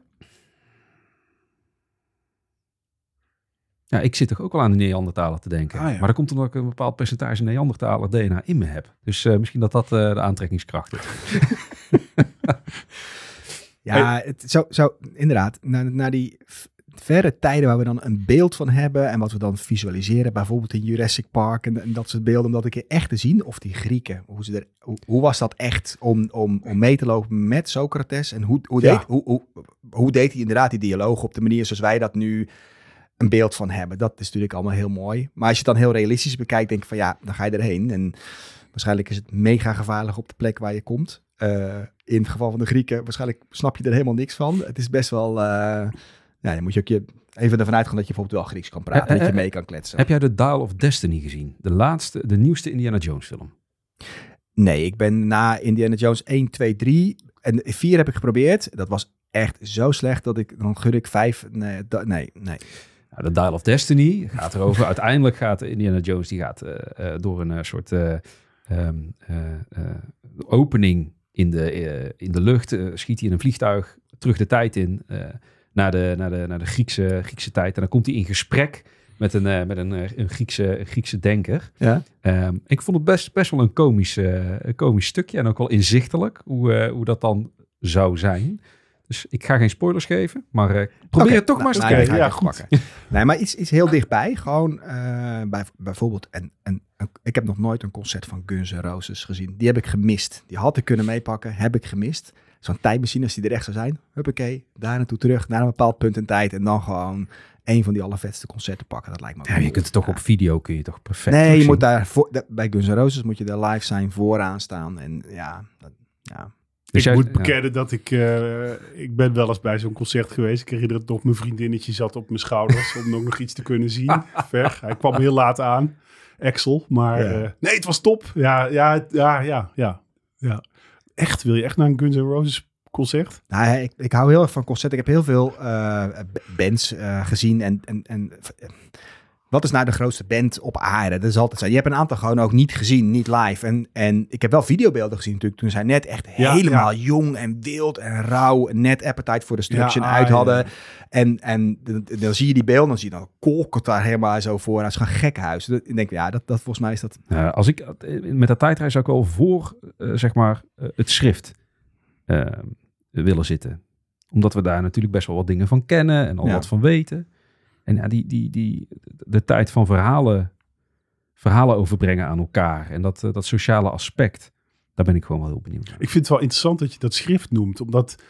Ja, ik zit toch ook wel aan de Neandertaler te denken. Ah, ja. Maar dat komt omdat ik een bepaald percentage Neandertaler D N A in me heb. Dus uh, misschien dat dat uh, de aantrekkingskracht is. Ja, het zou, zou inderdaad, naar, naar die f- verre tijden waar we dan een beeld van hebben en wat we dan visualiseren, bijvoorbeeld in Jurassic Park en, en dat soort beelden, om dat een keer echt te zien. Of die Grieken, hoe, ze er, hoe, hoe was dat echt om, om, om mee te lopen met Socrates? En hoe, hoe, Ja. deed, hoe, hoe, hoe deed hij inderdaad die dialoog op de manier zoals wij dat nu een beeld van hebben? Dat is natuurlijk allemaal heel mooi. Maar als je het dan heel realistisch bekijkt, denk ik van ja, dan ga je erheen. En waarschijnlijk is het mega gevaarlijk op de plek waar je komt. Uh, in het geval van de Grieken, waarschijnlijk snap je er helemaal niks van. Het is best wel... Uh, ja, dan moet je ook je even ervan uitgaan dat je bijvoorbeeld wel Grieks kan praten. Uh, uh, dat je mee kan kletsen. Heb jij de Dial of Destiny gezien? De laatste, de nieuwste Indiana Jones film. Nee, ik ben na Indiana Jones één, twee, drie en vier heb ik geprobeerd. Dat was echt zo slecht dat ik, dan gun ik vijf. Nee, da, nee, nee. Nou, de Dial of Destiny gaat erover. Uiteindelijk gaat Indiana Jones die gaat, uh, uh, door een uh, soort uh, um, uh, uh, opening in de, uh, in de lucht. Uh, schiet hij in een vliegtuig terug de tijd in. Uh, naar de, naar de, naar de Griekse, Griekse tijd. En dan komt hij in gesprek met een, uh, met een, uh, een, Griekse, een Griekse denker. Ja? Um, ik vond het best, best wel een komisch, uh, een komisch stukje. En ook wel inzichtelijk hoe, uh, hoe dat dan zou zijn. Dus ik ga geen spoilers geven. Maar uh, probeer Okay, het toch nou, maar eens nou, te kijken. Ja, ja, goed. goed. Nee, maar iets, iets heel dichtbij. Gewoon uh, bij, bijvoorbeeld... En, en, en, ik heb nog nooit een concert van Guns N' Roses gezien. Die heb ik gemist. Die had ik kunnen meepakken. Heb ik gemist. Zo'n tijdmachine, als die er echt zou zijn. Huppakee, daar naartoe terug. Naar een bepaald punt in tijd. En dan gewoon een van die allervetste concerten pakken. Dat lijkt me Ja, je kunt het toch ja. op video kun je toch perfect Nee, je terugzien. moet daar... Voor, de, bij Guns N' Roses moet je er live zijn, vooraan staan. En ja... Dat, ja. Dus ik jij- moet ja. bekennen dat ik... Uh, ik ben wel eens bij zo'n concert geweest. Ik herinner het nog, mijn vriendinnetje zat op mijn schouders om ook nog iets te kunnen zien. Ver. Hij kwam heel laat aan. Axel. Maar Ja. uh, nee, het was top. Ja, ja, ja, ja, ja, ja. Echt, wil je echt naar een Guns N' Roses concert? Nou, ik, ik hou heel erg van concerten. Ik heb heel veel uh, bands uh, gezien. En, en, en uh, wat is nou de grootste band op aarde? Dat is altijd zo. Je hebt een aantal gewoon ook niet gezien, niet live. En, en ik heb wel videobeelden gezien natuurlijk. Toen zij net echt Ja, helemaal ja. jong en wild en rauw. Net Appetite for Destruction Ja, ah, uit hadden. ja. En, en dan, dan zie je die beelden. Dan zie je dan kolkert daar helemaal zo voor. Dat is gewoon gekhuis. Dat- Ik denk, ja, dat, dat volgens mij is dat... Uh, als ik met dat tijdreis zou ik wel voor uh, zeg maar uh, het schrift uh, willen zitten. Omdat we daar natuurlijk best wel wat dingen van kennen en al Ja. wat van weten. En ja, die, die, die, de tijd van verhalen, verhalen overbrengen aan elkaar en dat, uh, dat sociale aspect, daar ben ik gewoon wel heel benieuwd naar. Ik vind het wel interessant dat je dat schrift noemt. Omdat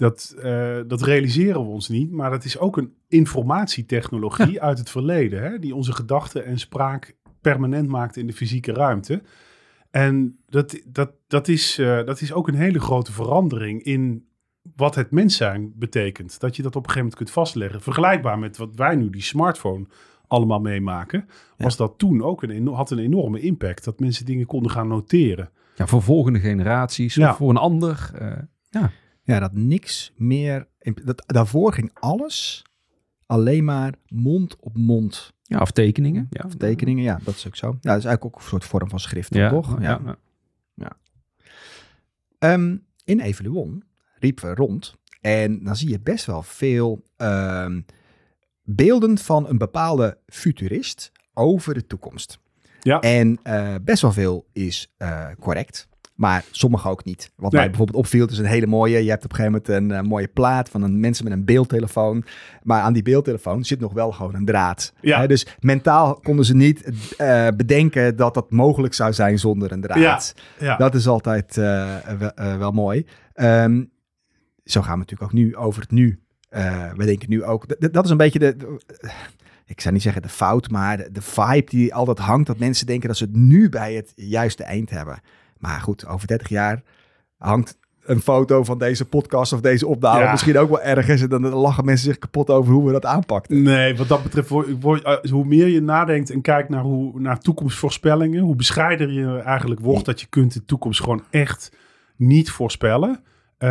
Dat, uh, dat realiseren we ons niet, maar dat is ook een informatietechnologie ja. uit het verleden, hè, die onze gedachten en spraak permanent maakt in de fysieke ruimte. En dat, dat, dat, is, uh, dat is ook een hele grote verandering in wat het mens zijn betekent. Dat je dat op een gegeven moment kunt vastleggen. Vergelijkbaar met wat wij nu, die smartphone, allemaal meemaken. Was ja. dat toen ook een, had een enorme impact. Dat mensen dingen konden gaan noteren. Ja, voor volgende generaties ja. of voor een ander. Uh, ja. ja, dat niks meer... Dat, daarvoor ging alles alleen maar mond op mond. Ja, of tekeningen. Ja. Of tekeningen, ja, dat is ook zo. Ja, dat is eigenlijk ook een soort vorm van schrift, ja, toch? Ja. ja. ja. Um, in Evaluon riepen we rond en dan zie je best wel veel um, beelden van een bepaalde futurist over de toekomst. Ja. En uh, best wel veel is uh, correct, maar sommige ook niet. Wat nee. mij bijvoorbeeld opviel, is een hele mooie, je hebt op een gegeven moment een uh, mooie plaat van een mensen met een beeldtelefoon, maar aan die beeldtelefoon zit nog wel gewoon een draad. Ja. Hè? Dus mentaal konden ze niet uh, bedenken dat dat mogelijk zou zijn zonder een draad. Ja. Ja. Dat is altijd uh, wel, uh, wel mooi. Um, zo gaan we natuurlijk ook nu over het nu. Uh, we denken nu ook, d- dat is een beetje de... de ik zou niet zeggen de fout, maar de, de vibe die altijd hangt, dat mensen denken dat ze het nu bij het juiste eind hebben. Maar goed, over dertig jaar hangt een foto van deze podcast of deze opname ja. misschien ook wel ergens. En dan lachen mensen zich kapot over hoe we dat aanpakten. Nee, wat dat betreft, hoe meer je nadenkt en kijkt naar, hoe, naar toekomstvoorspellingen, hoe bescheidener je eigenlijk wordt dat je kunt de toekomst gewoon echt niet voorspellen. Uh,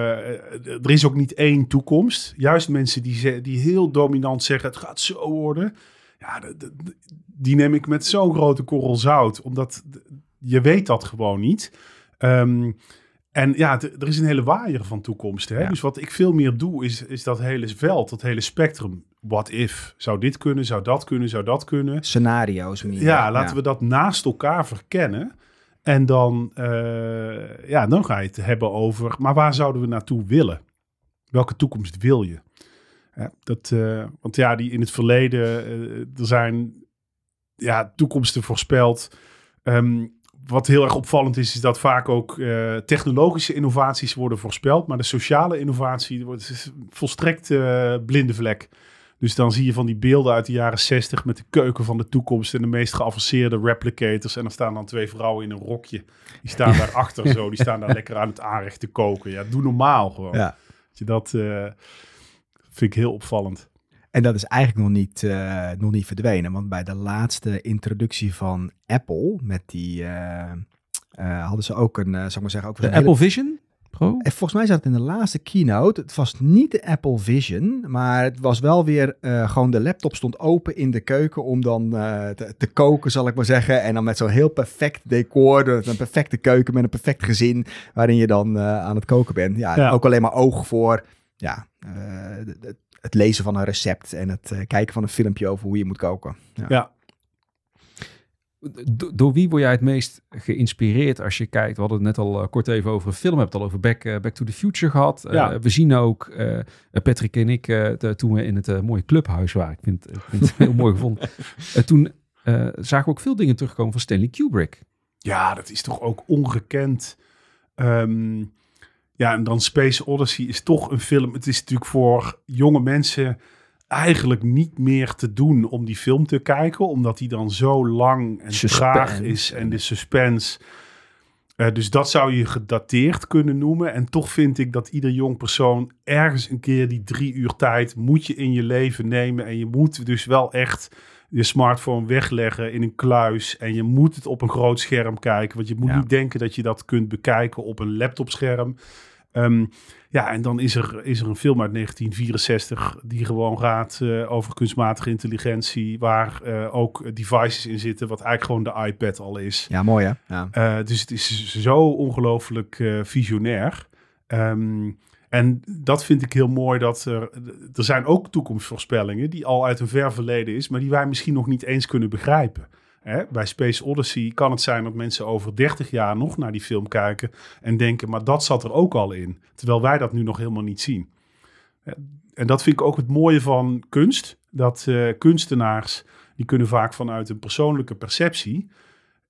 er is ook niet één toekomst. Juist mensen die, ze, die heel dominant zeggen, het gaat zo worden. Ja, de, de, die neem ik met zo'n grote korrel zout. Omdat je weet dat gewoon niet. Um, en ja, d- er is een hele waaier van toekomsten. Hè? Ja. Dus wat ik veel meer doe, is, is dat hele veld, dat hele spectrum. What if? Zou dit kunnen? Zou dat kunnen? Zou dat kunnen? Scenario's. Ja, ja, laten we dat naast elkaar verkennen. En dan, uh, ja, dan ga je het hebben over, maar waar zouden we naartoe willen? Welke toekomst wil je? Ja, dat, uh, want ja, die in het verleden, uh, er zijn ja, toekomsten voorspeld. Um, wat heel erg opvallend is, is dat vaak ook uh, technologische innovaties worden voorspeld. Maar de sociale innovatie wordt is volstrekt uh, blinde vlek. Dus dan zie je van die beelden uit de jaren zestig met de keuken van de toekomst en de meest geavanceerde replicators. En dan staan dan twee vrouwen in een rokje. Die staan daar achter zo, die staan daar lekker aan het aanrecht te koken. Ja, doe normaal gewoon. Ja. Dat uh, vind ik heel opvallend. En dat is eigenlijk nog niet, uh, nog niet verdwenen. Want bij de laatste introductie van Apple, met die, uh, uh, hadden ze ook een, uh, zou ik maar zeggen, ook de een Apple hele... Vision Pro? En volgens mij zat het in de laatste keynote. Het was niet de Apple Vision, maar het was wel weer uh, gewoon de laptop stond open in de keuken om dan uh, te, te koken, zal ik maar zeggen. En dan met zo'n heel perfect decor, een perfecte keuken met een perfect gezin, waarin je dan uh, aan het koken bent. Ja, ja. Ook alleen maar oog voor ja, uh, de, de, het lezen van een recept en het uh, kijken van een filmpje over hoe je moet koken. Ja. ja. Do- door wie word jij het meest geïnspireerd als je kijkt? We hadden het net al uh, kort even over een film. We hebben het al over Back, uh, Back to the Future gehad. Uh, Ja. We zien ook, uh, Patrick en ik, uh, de, toen we in het uh, mooie clubhuis waren. Ik vind, ik vind het heel mooi gevonden. Uh, toen uh, zagen we ook veel dingen terugkomen van Stanley Kubrick. Ja, dat is toch ook ongekend. Um, ja, en dan Space Odyssey is toch een film. Het is natuurlijk voor jonge mensen eigenlijk niet meer te doen om die film te kijken, omdat die dan zo lang en Suspense. traag is en de suspense. Uh, dus dat zou je gedateerd kunnen noemen. En toch vind ik dat ieder jong persoon ergens een keer die drie uur tijd moet je in je leven nemen. En je moet dus wel echt je smartphone wegleggen in een kluis. En je moet het op een groot scherm kijken. Want je moet Ja. niet denken dat je dat kunt bekijken op een laptopscherm. Um, ja, en dan is er, is er een film uit negentien vierenzestig die gewoon gaat uh, over kunstmatige intelligentie, waar uh, ook devices in zitten, wat eigenlijk gewoon de iPad al is. Ja, mooi hè? Ja. Uh, dus het is zo ongelooflijk uh, visionair. Um, en dat vind ik heel mooi, dat er, er zijn ook toekomstvoorspellingen die al uit een ver verleden is, maar die wij misschien nog niet eens kunnen begrijpen. Hè? Bij Space Odyssey kan het zijn dat mensen over dertig jaar nog naar die film kijken en denken, maar dat zat er ook al in. Terwijl wij dat nu nog helemaal niet zien. En dat vind ik ook het mooie van kunst. Dat uh, kunstenaars, die kunnen vaak vanuit een persoonlijke perceptie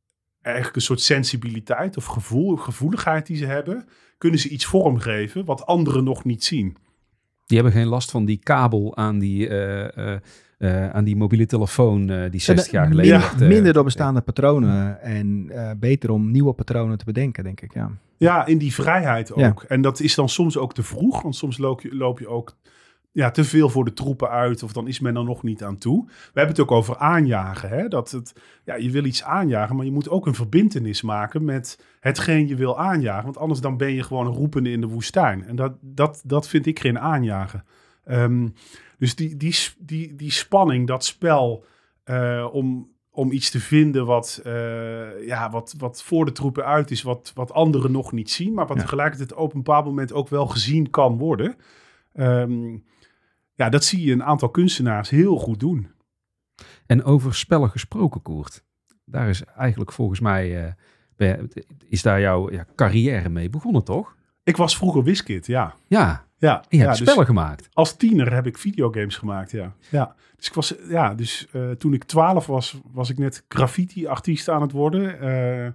eigenlijk een soort sensibiliteit of gevoel, gevoeligheid die ze hebben, kunnen ze iets vormgeven wat anderen nog niet zien. Die hebben geen last van die kabel aan die, uh, uh, uh, aan die mobiele telefoon uh, die zestig jaar geleden ja, werd, uh, minder door bestaande patronen en uh, beter om nieuwe patronen te bedenken, denk ik. Ja, ja in die vrijheid ook. Ja. En dat is dan soms ook te vroeg, want soms loop je, loop je ook ja, te veel voor de troepen uit of dan is men er nog niet aan toe. We hebben het ook over aanjagen. Hè? Dat het, ja, je wil iets aanjagen, maar je moet ook een verbintenis maken met hetgeen je wil aanjagen. Want anders dan ben je gewoon een roepende in de woestijn. En dat, dat, dat vind ik geen aanjagen. Um, dus die, die, die, die spanning, dat spel uh, om, om iets te vinden wat, uh, ja, wat, wat voor de troepen uit is, wat, wat anderen nog niet zien, maar wat ja. tegelijkertijd op een bepaald moment ook wel gezien kan worden. Um, Ja, dat zie je een aantal kunstenaars heel goed doen. En over spellen gesproken, Koert. Daar is eigenlijk volgens mij, uh, is daar jouw ja, carrière mee begonnen, toch? Ik was vroeger WizKid, ja. Ja, ja en je hebt ja, spellen dus gemaakt. Als tiener heb ik videogames gemaakt, ja. ja. Dus, ik was, ja, dus uh, toen ik twaalf was, was ik net graffiti-artiest aan het worden. Uh,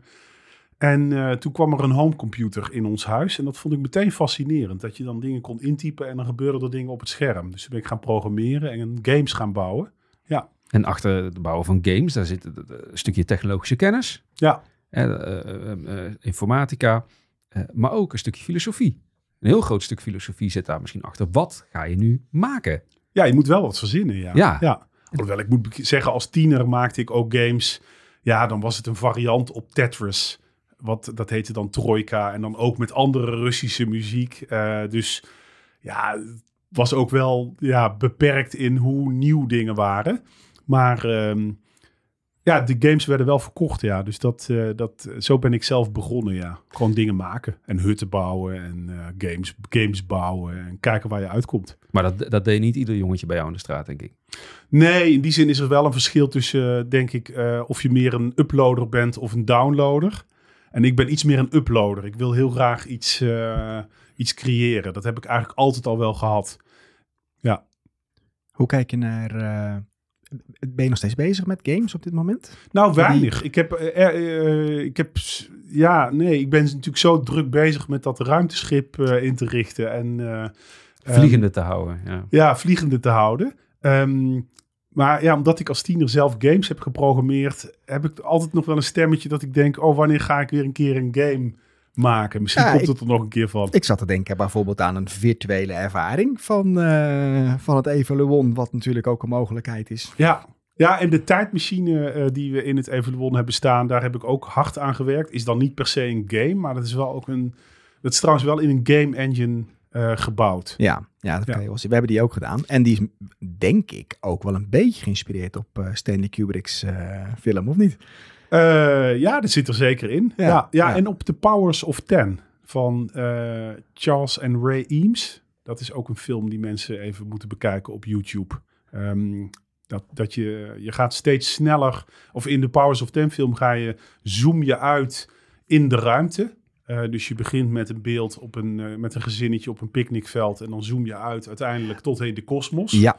En uh, toen kwam er een homecomputer in ons huis. En dat vond ik meteen fascinerend. Dat je dan dingen kon intypen en dan gebeurden er dingen op het scherm. Dus toen ben ik gaan programmeren en games gaan bouwen. Ja. En achter het bouwen van games, daar zit een stukje technologische kennis. Ja. Uh, uh, uh, informatica. Uh, maar ook een stukje filosofie. Een heel groot stuk filosofie zit daar misschien achter. Wat ga je nu maken? Ja, je moet wel wat verzinnen, ja. Ja. ja. Hoewel, ik moet zeggen, als tiener maakte ik ook games. Ja, dan was het een variant op Tetris. Wat, dat heette dan Trojka. En dan ook met andere Russische muziek. Uh, dus ja, het was ook wel ja, beperkt in hoe nieuw dingen waren. Maar um, ja, de games werden wel verkocht, ja. Dus dat, uh, dat, zo ben ik zelf begonnen, ja. Gewoon dingen maken. En hutten bouwen en uh, games, games bouwen. En kijken waar je uitkomt. Maar dat, dat deed niet ieder jongetje bij jou in de straat, denk ik. Nee, in die zin is er wel een verschil tussen, uh, denk ik, uh, of je meer een uploader bent of een downloader. En ik ben iets meer een uploader. Ik wil heel graag iets, uh, iets creëren. Dat heb ik eigenlijk altijd al wel gehad. Ja. Hoe kijk je naar... Uh, ben je nog steeds bezig met games op dit moment? Nou, weinig. Ik heb... Uh, uh, ik heb ja, nee. Ik ben natuurlijk zo druk bezig met dat ruimteschip uh, in te richten. En, uh, vliegende um, te houden. Ja, ja vliegende te houden. Um, Maar ja, omdat ik als tiener zelf games heb geprogrammeerd, heb ik altijd nog wel een stemmetje dat ik denk, oh, wanneer ga ik weer een keer een game maken? Misschien ja, komt het ik, er nog een keer van. Ik zat te denken bijvoorbeeld aan een virtuele ervaring van, uh, van het Evoluon, wat natuurlijk ook een mogelijkheid is. Ja, ja en de tijdmachine uh, die we in het Evoluon hebben staan, daar heb ik ook hard aan gewerkt. Is dan niet per se een game, maar dat is wel ook een, dat is trouwens wel in een game engine Uh, gebouwd. Ja, ja, dat kan je wel zien. We hebben die ook gedaan. En die is, denk ik, ook wel een beetje geïnspireerd op uh, Stanley Kubrick's uh, film, of niet? Uh, ja, dat zit er zeker in. Ja, ja, ja, ja. En op The Powers of Ten van uh, Charles en Ray Eames. Dat is ook een film die mensen even moeten bekijken op YouTube. Um, dat, dat je, je gaat steeds sneller, of in The Powers of Ten film ga je, zoom je uit in de ruimte. Uh, dus je begint met een beeld op een, uh, met een gezinnetje op een picknickveld en dan zoom je uit uiteindelijk tot heen de kosmos. Ja.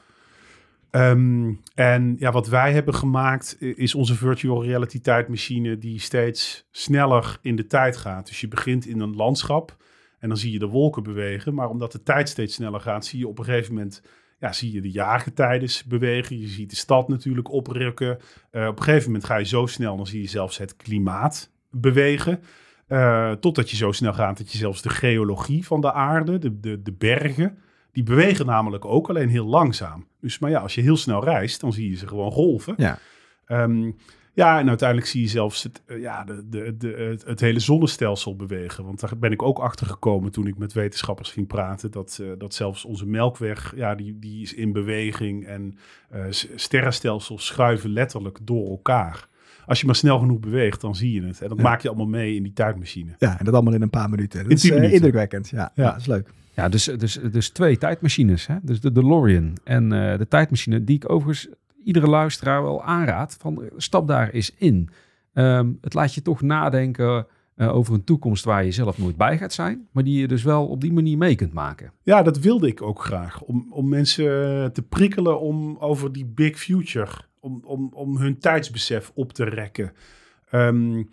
Um, en ja, wat wij hebben gemaakt is onze virtual reality tijdmachine die steeds sneller in de tijd gaat. Dus je begint in een landschap en dan zie je de wolken bewegen. Maar omdat de tijd steeds sneller gaat, zie je op een gegeven moment ja, zie je de jaargetijden bewegen. Je ziet de stad natuurlijk oprukken. Uh, op een gegeven moment ga je zo snel, dan zie je zelfs het klimaat bewegen. Uh, totdat je zo snel gaat dat je zelfs de geologie van de aarde, de, de, de bergen, die bewegen namelijk ook, alleen heel langzaam. Dus, maar ja, als je heel snel reist, dan zie je ze gewoon golven. Ja, um, ja en uiteindelijk zie je zelfs het, uh, ja, de, de, de, het, het hele zonnestelsel bewegen. Want daar ben ik ook achter gekomen toen ik met wetenschappers ging praten, dat, uh, dat zelfs onze melkweg, ja, die, die is in beweging en uh, sterrenstelsels schuiven letterlijk door elkaar. Als je maar snel genoeg beweegt, dan zie je het. En dat ja. maak je allemaal mee in die tijdmachine. Ja, en dat allemaal in een paar minuten. Dat in is uh, minuten. indrukwekkend. Ja, ja. ja, dat is leuk. Ja, dus, dus, dus twee tijdmachines. Hè? Dus de DeLorean en uh, de tijdmachine die ik overigens iedere luisteraar wel aanraad. Van, stap daar eens in. Um, het laat je toch nadenken uh, over een toekomst waar je zelf nooit bij gaat zijn. Maar die je dus wel op die manier mee kunt maken. Ja, dat wilde ik ook graag. Om, om mensen te prikkelen om over die big future... Om, om, om hun tijdsbesef op te rekken. Um,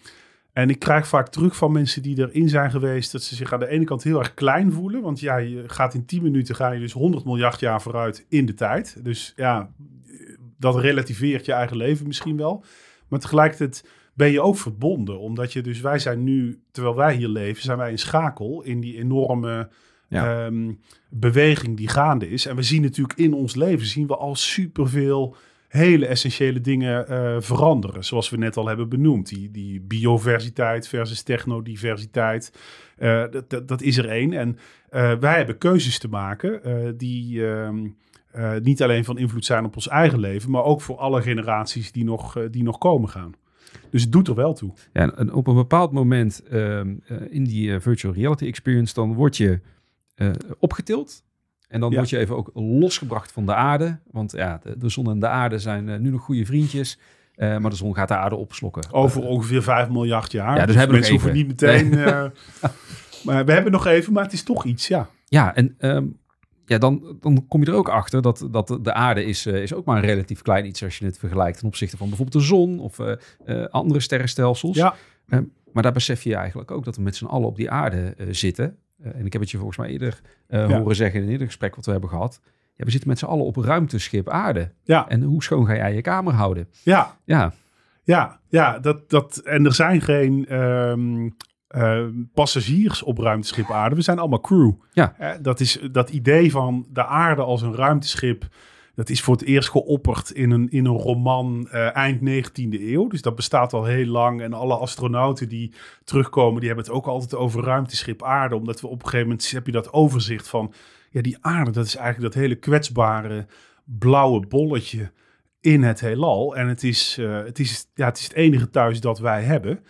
En ik krijg vaak terug van mensen die erin zijn geweest, dat ze zich aan de ene kant heel erg klein voelen. Want ja, je gaat in tien minuten ga je dus honderd miljard jaar vooruit in de tijd. Dus ja, dat relativeert je eigen leven misschien wel. Maar tegelijkertijd ben je ook verbonden. Omdat je dus, wij zijn nu, terwijl wij hier leven, zijn wij een schakel in die enorme ja. um, beweging die gaande is. En we zien natuurlijk in ons leven, zien we al superveel hele essentiële dingen uh, veranderen. Zoals we net al hebben benoemd. Die, die biodiversiteit versus technodiversiteit. Uh, dat, dat, dat is er één. En uh, wij hebben keuzes te maken uh, die um, uh, niet alleen van invloed zijn op ons eigen leven, maar ook voor alle generaties die nog, uh, die nog komen gaan. Dus het doet er wel toe. Ja, en op een bepaald moment uh, uh, in die uh, virtual reality experience, dan word je uh, opgetild. En dan ja. word je even ook losgebracht van de aarde. Want ja, de, de zon en de aarde zijn uh, nu nog goede vriendjes. Uh, maar de zon gaat de aarde opslokken. Over uh, ongeveer vijf miljard jaar. Ja, dus, dus hebben mensen hoeven niet meteen... Nee. Uh, maar we hebben nog even, maar het is toch iets, ja. Ja, en um, ja, dan, dan kom je er ook achter dat, dat de aarde is, uh, is ook maar een relatief klein iets als je het vergelijkt ten opzichte van bijvoorbeeld de zon of uh, uh, andere sterrenstelsels. Ja. Uh, maar daar besef je eigenlijk ook dat we met z'n allen op die aarde uh, zitten. Uh, en ik heb het je volgens mij eerder uh, ja. horen zeggen in een eerder gesprek wat we hebben gehad. Ja, we zitten met z'n allen op ruimteschip aarde. Ja. En hoe schoon ga jij je kamer houden? Ja, ja, ja, ja dat, dat, en er zijn geen um, uh, passagiers op ruimteschip aarde. We zijn allemaal crew. Ja. Uh, dat is dat idee van de aarde als een ruimteschip. Dat is voor het eerst geopperd in een, in een roman uh, eind negentiende eeuw. Dus dat bestaat al heel lang. En alle astronauten die terugkomen, die hebben het ook altijd over ruimteschip aarde. Omdat we op een gegeven moment heb je dat overzicht van... Ja, die aarde, dat is eigenlijk dat hele kwetsbare blauwe bolletje in het heelal. En het is, uh, het is, ja, het is het enige thuis dat wij hebben.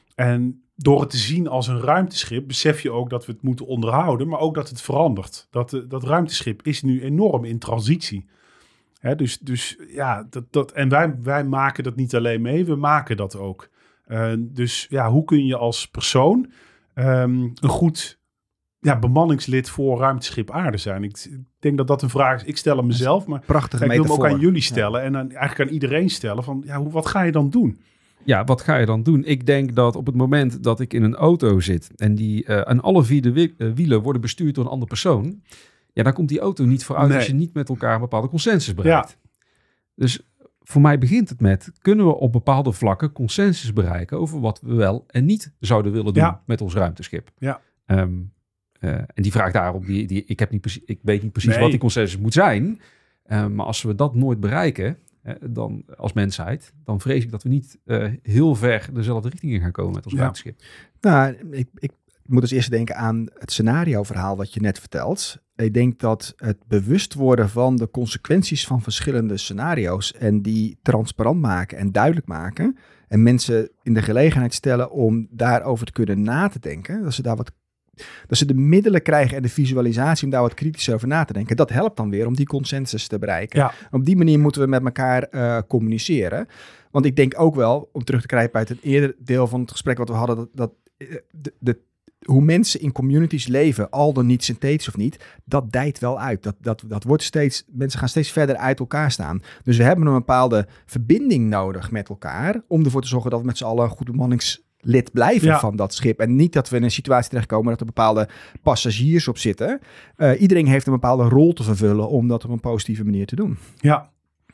En door het te zien als een ruimteschip besef je ook dat we het moeten onderhouden. Maar ook dat het verandert. Dat, uh, dat ruimteschip is nu enorm in transitie. Hè, dus, dus ja, dat, dat, en wij, wij maken dat niet alleen mee, we maken dat ook. Uh, dus ja, hoe kun je als persoon um, een goed ja, bemanningslid voor ruimteschip aarde zijn? Ik, ik denk dat dat een vraag is. Ik stel hem mezelf, maar prachtige ik wil hem ook metafoor. aan jullie stellen. Ja. En aan, eigenlijk aan iedereen stellen van, ja, hoe, wat ga je dan doen? Ja, wat ga je dan doen? Ik denk dat op het moment dat ik in een auto zit en die uh, aan alle vier de wi- uh, wielen worden bestuurd door een andere persoon, ja, dan komt die auto niet vooruit nee. als je niet met elkaar een bepaalde consensus bereikt. Ja. Dus voor mij begint het met, kunnen we op bepaalde vlakken consensus bereiken over wat we wel en niet zouden willen doen ja. met ons ruimteschip? Ja. Um, uh, en die vraag daarop, die, die, ik, heb niet precies, ik weet niet precies nee. wat die consensus moet zijn. Uh, maar als we dat nooit bereiken, uh, dan als mensheid, dan vrees ik dat we niet uh, heel ver dezelfde richting in gaan komen met ons ja. ruimteschip. Nou, ik, ik moet als eerste denken aan het scenario-verhaal wat je net vertelt. Ik denk dat het bewust worden van de consequenties van verschillende scenario's en die transparant maken en duidelijk maken en mensen in de gelegenheid stellen om daarover te kunnen na te denken, dat ze daar wat, dat ze de middelen krijgen en de visualisatie om daar wat kritisch over na te denken. Dat helpt dan weer om die consensus te bereiken. Ja. Op die manier moeten we met elkaar uh, communiceren. Want ik denk ook wel, om terug te grijpen uit het eerder deel van het gesprek wat we hadden, dat, dat de, de hoe mensen in communities leven, al dan niet synthetisch of niet, dat dijt wel uit. Dat, dat, dat wordt steeds, mensen gaan steeds verder uit elkaar staan. Dus we hebben een bepaalde verbinding nodig met elkaar om ervoor te zorgen dat we met z'n allen een goed bemanningslid blijven ja. van dat schip. En niet dat we in een situatie terechtkomen dat er bepaalde passagiers op zitten. Uh, iedereen heeft een bepaalde rol te vervullen om dat op een positieve manier te doen. Ja.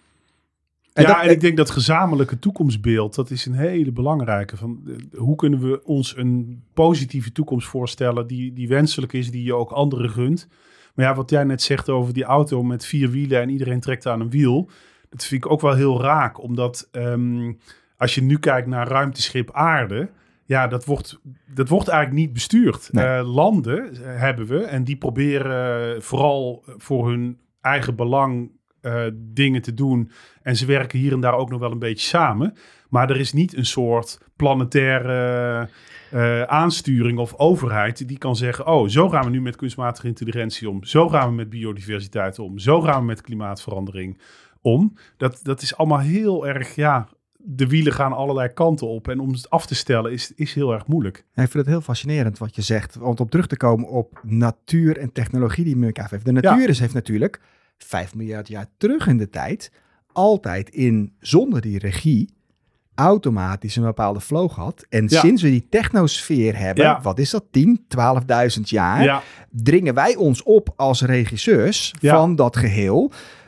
En ja, dat, en ik denk dat gezamenlijke toekomstbeeld, dat is een hele belangrijke. Van, uh, hoe kunnen we ons een positieve toekomst voorstellen die, die wenselijk is, die je ook anderen gunt. Maar ja, wat jij net zegt over die auto met vier wielen en iedereen trekt aan een wiel, dat vind ik ook wel heel raak. Omdat um, als je nu kijkt naar ruimteschip aarde, ja, dat wordt, dat wordt eigenlijk niet bestuurd. Nee. Uh, landen uh, hebben we en die proberen uh, vooral voor hun eigen belang Uh, dingen te doen. En ze werken hier en daar ook nog wel een beetje samen. Maar er is niet een soort planetaire uh, aansturing of overheid die kan zeggen, oh, zo gaan we nu met kunstmatige intelligentie om. Zo gaan we met biodiversiteit om. Zo gaan we met klimaatverandering om. Dat, dat is allemaal heel erg, ja, de wielen gaan allerlei kanten op. En om het af te stellen is, is heel erg moeilijk. Ja, ik vind het heel fascinerend wat je zegt. Want om terug te komen op natuur en technologie die elkaar heeft. De natuur ja. is, heeft natuurlijk vijf miljard jaar terug in de tijd altijd in, zonder die regie, automatisch een bepaalde flow gehad. En Ja. sinds we die technosfeer hebben, Ja. wat is dat, tien, twaalfduizend jaar, Ja, dringen wij ons op als regisseurs Ja. van dat geheel.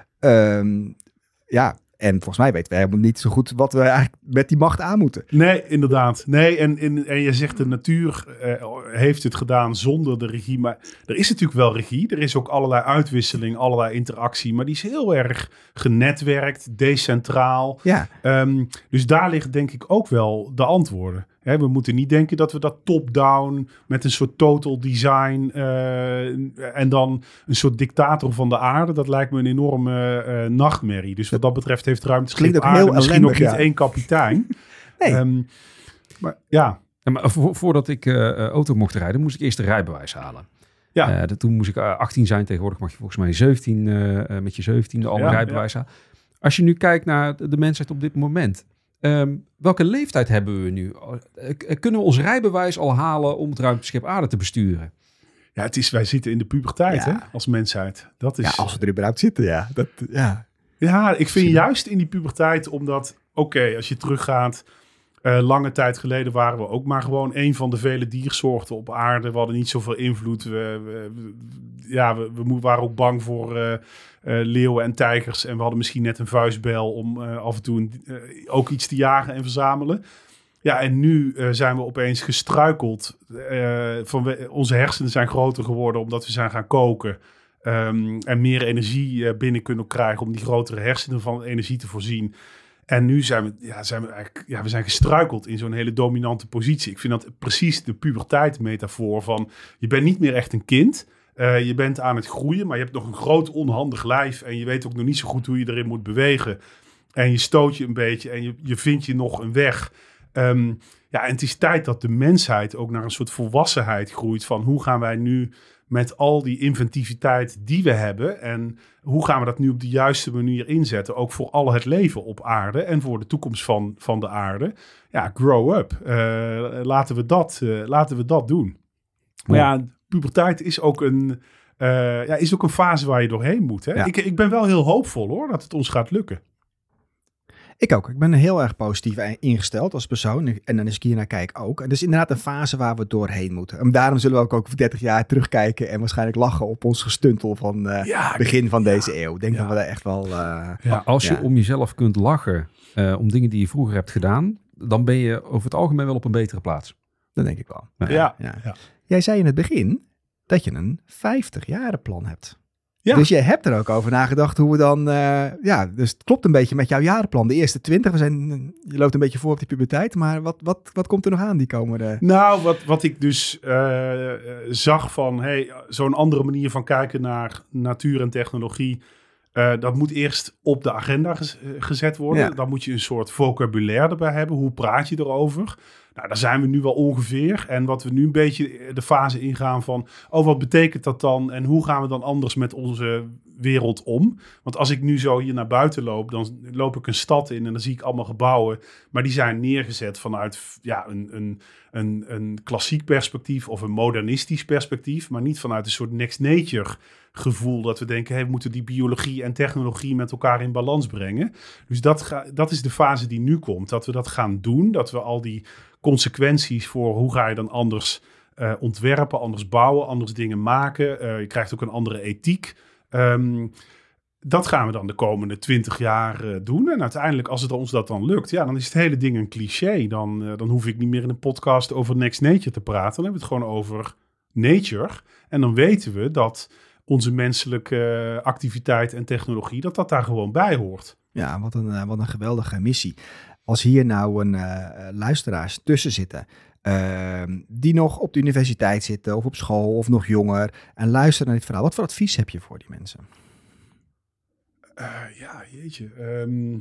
Um, ja, en volgens mij weten wij helemaal niet zo goed wat we eigenlijk met die macht aan moeten. nee, inderdaad. Nee, en, en, en je zegt de natuur uh, heeft het gedaan zonder de regie. Maar er is natuurlijk wel regie. Er is ook allerlei uitwisseling, allerlei interactie. Maar die is heel erg genetwerkt, decentraal. Ja, Um, dus daar liggen denk ik ook wel de antwoorden. Hè, we moeten niet denken dat we dat top-down met een soort total design uh, en dan een soort dictator van de aarde. Dat lijkt me een enorme uh, nachtmerrie. Dus wat dat betreft heeft ruimteschip Klinkt ook aarde heel misschien ellendig, ook niet ja. één kapitein. Nee. Um, maar ja, Ja, maar vo- voordat ik uh, auto mocht rijden, moest ik eerst een rijbewijs halen. ja. Uh, dat- toen moest ik uh, achttien zijn. Tegenwoordig mag je volgens mij zeventien, uh, uh, met je zeventiende al een Ja, rijbewijs halen. Als je nu kijkt naar de de mensheid op dit moment. Um, welke leeftijd hebben we nu? Uh, k- kunnen we ons rijbewijs al halen om het ruimteschip aarde te besturen? ja, het is, wij zitten in de puberteit Ja. hè, als mensheid. Dat is, ja, als we er überhaupt zitten, ja. Dat, ja. Ja, ik vind juist in die puberteit, omdat, oké, okay, als je teruggaat, uh, lange tijd geleden waren we ook maar gewoon een van de vele diersoorten op aarde. We hadden niet zoveel invloed. We, we, we- ja, we, we mo- waren ook bang voor uh, uh, leeuwen en tijgers. En we hadden misschien net een vuistbijl om uh, af en toe een, uh, ook iets te jagen en verzamelen. Ja, en nu uh, zijn we opeens gestruikeld. Uh, van we, onze hersenen zijn groter geworden omdat we zijn gaan koken. Um, en meer energie uh, binnen kunnen krijgen om die grotere hersenen van energie te voorzien. En nu zijn we, ja, zijn we eigenlijk, ja, we zijn gestruikeld in zo'n hele dominante positie. Ik vind dat precies de puberteit-metafoor van, je bent niet meer echt een kind. Uh, je bent aan het groeien, maar je hebt nog een groot onhandig lijf en je weet ook nog niet zo goed hoe je erin moet bewegen. En je stoot je een beetje en je, je vindt je nog een weg. Um, ja, en het is tijd dat de mensheid ook naar een soort volwassenheid groeit van hoe gaan wij nu met al die inventiviteit die we hebben en hoe gaan we dat nu op de juiste manier inzetten, ook voor al het leven op aarde en voor de toekomst van, van de aarde. Ja, grow up. Uh, laten, we dat, uh, laten we dat doen. Maar ja, puberteit is ook een, uh, ja, is ook een fase waar je doorheen moet. Hè? Ja. Ik, ik ben wel heel hoopvol hoor, dat het ons gaat lukken. Ik ook. Ik ben heel erg positief ingesteld als persoon. En dan als ik hier naar kijk ook. En het is inderdaad een fase waar we doorheen moeten. En daarom zullen we ook over dertig jaar terugkijken en waarschijnlijk lachen op ons gestuntel van uh, Ja, begin van ja, deze eeuw. Ik denk ja. dat we daar echt wel... Uh, Ja. Als je Ja. om jezelf kunt lachen uh, om dingen die je vroeger hebt gedaan, dan ben je over het algemeen wel op een betere plaats. dat denk ik wel. Ja. Ja, Ja. ja. Jij zei in het begin dat je een vijftig-jaren plan hebt. Ja. Dus je hebt er ook over nagedacht hoe we dan... Uh, ja, dus het klopt een beetje met jouw jarenplan. De eerste twintig, we zijn, je loopt een beetje voor op die puberteit. Maar wat, wat, wat komt er nog aan die komende... Nou, wat, wat ik dus uh, zag van hey, zo'n andere manier van kijken naar natuur en technologie. Uh, dat moet eerst op de agenda gez- gezet worden. Ja. Dan moet je een soort vocabulaire erbij hebben. Hoe praat je erover? Nou, daar zijn we nu wel ongeveer. En wat we nu een beetje de fase ingaan van... oh, wat betekent dat dan? En hoe gaan we dan anders met onze wereld om? Want als ik nu zo hier naar buiten loop... dan loop ik een stad in en dan zie ik allemaal gebouwen... maar die zijn neergezet vanuit ja, een, een, een, een klassiek perspectief... of een modernistisch perspectief... maar niet vanuit een soort next nature gevoel... dat we denken, hey, we moeten die biologie en technologie... met elkaar in balans brengen. Dus dat, ga, dat is de fase die nu komt. Dat we dat gaan doen. Dat we al die consequenties voor hoe ga je dan anders uh, ontwerpen, anders bouwen, anders dingen maken. Uh, je krijgt ook een andere ethiek. Um, dat gaan we dan de komende twintig jaar uh, doen. En uiteindelijk, als het ons dat dan lukt, ja, dan is het hele ding een cliché. Dan, uh, dan hoef ik niet meer in een podcast over Next Nature te praten. Dan hebben we het gewoon over nature. En dan weten we dat onze menselijke uh, activiteit en technologie, dat dat daar gewoon bij hoort. Ja, wat een, uh, wat een geweldige missie. Als hier nou een uh, luisteraars tussen zitten... Uh, die nog op de universiteit zitten of op school of nog jonger... en luisteren naar dit verhaal. Wat voor advies heb je voor die mensen? Uh, ja, jeetje. Um,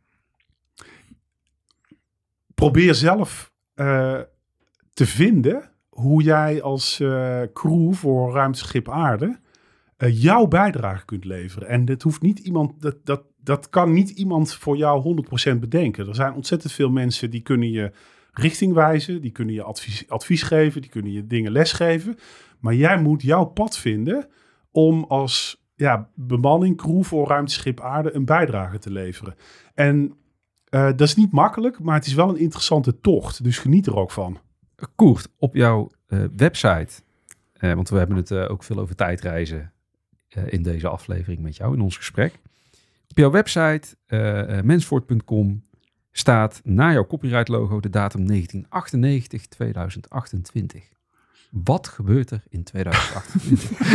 probeer zelf uh, te vinden hoe jij als uh, crew voor Ruimteschip Aarde uh, jouw bijdrage kunt leveren. En dat hoeft niet iemand, dat, dat, dat kan niet iemand voor jou honderd procent bedenken. Er zijn ontzettend veel mensen die kunnen je richting wijzen, die kunnen je advies, advies geven, die kunnen je dingen lesgeven. Maar jij moet jouw pad vinden om als ja, bemanning, crew voor Ruimteschip Aarde een bijdrage te leveren. En Uh, dat is niet makkelijk, maar het is wel een interessante tocht. Dus geniet er ook van. Koert, op jouw uh, website, uh, want we hebben het uh, ook veel over tijdreizen uh, in deze aflevering met jou, in ons gesprek. Op jouw website, uh, uh, mensvoort punt com, staat na jouw copyright logo de datum negentien achtennegentig tot tweeduizend achtentwintig. Wat gebeurt er in tweeduizend achtentwintig?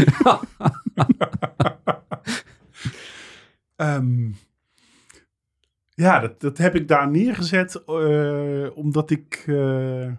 um, ja, dat, dat heb ik daar neergezet uh, omdat ik... Uh,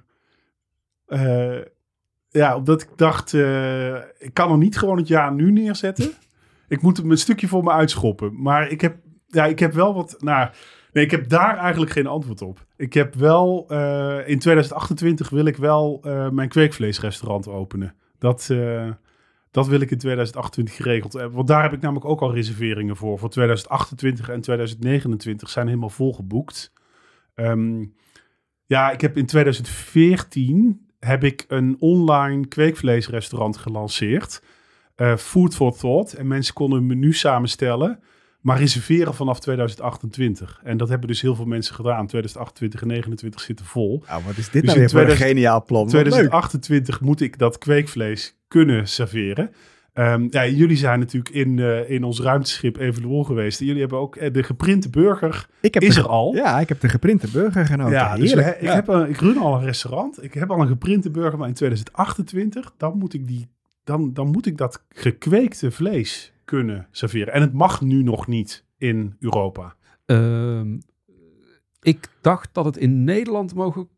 uh, ja, omdat ik dacht, uh, ik kan er niet gewoon het jaar nu neerzetten. Ik moet hem een stukje voor me uitschoppen. Maar ik heb, ja, ik heb wel wat... Nou, nee, ik heb daar eigenlijk geen antwoord op. Ik heb wel... Uh, in tweeduizend achtentwintig wil ik wel uh, mijn kweekvleesrestaurant openen. Dat, uh, dat wil ik in tweeduizend achtentwintig geregeld hebben. Want daar heb ik namelijk ook al reserveringen voor. Voor tweeduizend achtentwintig en tweeduizend negenentwintig zijn helemaal volgeboekt. Um, ja, ik heb in tweeduizend veertien... heb ik een online kweekvleesrestaurant gelanceerd. Uh, Food for Thought. En mensen konden een menu samenstellen, maar reserveren vanaf tweeduizend achtentwintig. En dat hebben dus heel veel mensen gedaan. tweeduizend achtentwintig en negenentwintig zitten vol. Nou, wat is dit dus nou weer voor een geniaal plan? tweeduizend achtentwintig moet ik dat kweekvlees kunnen serveren. Um, ja, jullie zijn natuurlijk in, uh, in ons ruimteschip Evoluor geweest. Jullie hebben ook uh, de geprinte burger. Ik heb is de, er al. Ja, ik heb de geprinte burger genoten. Ja, dus Heerlijk. ik, heb een, ik run al een restaurant. Ik heb al een geprinte burger, maar in tweeduizend achtentwintig dan moet ik die, dan, dan moet ik dat gekweekte vlees kunnen serveren. En het mag nu nog niet in Europa. Um, ik dacht dat het in Nederland mogen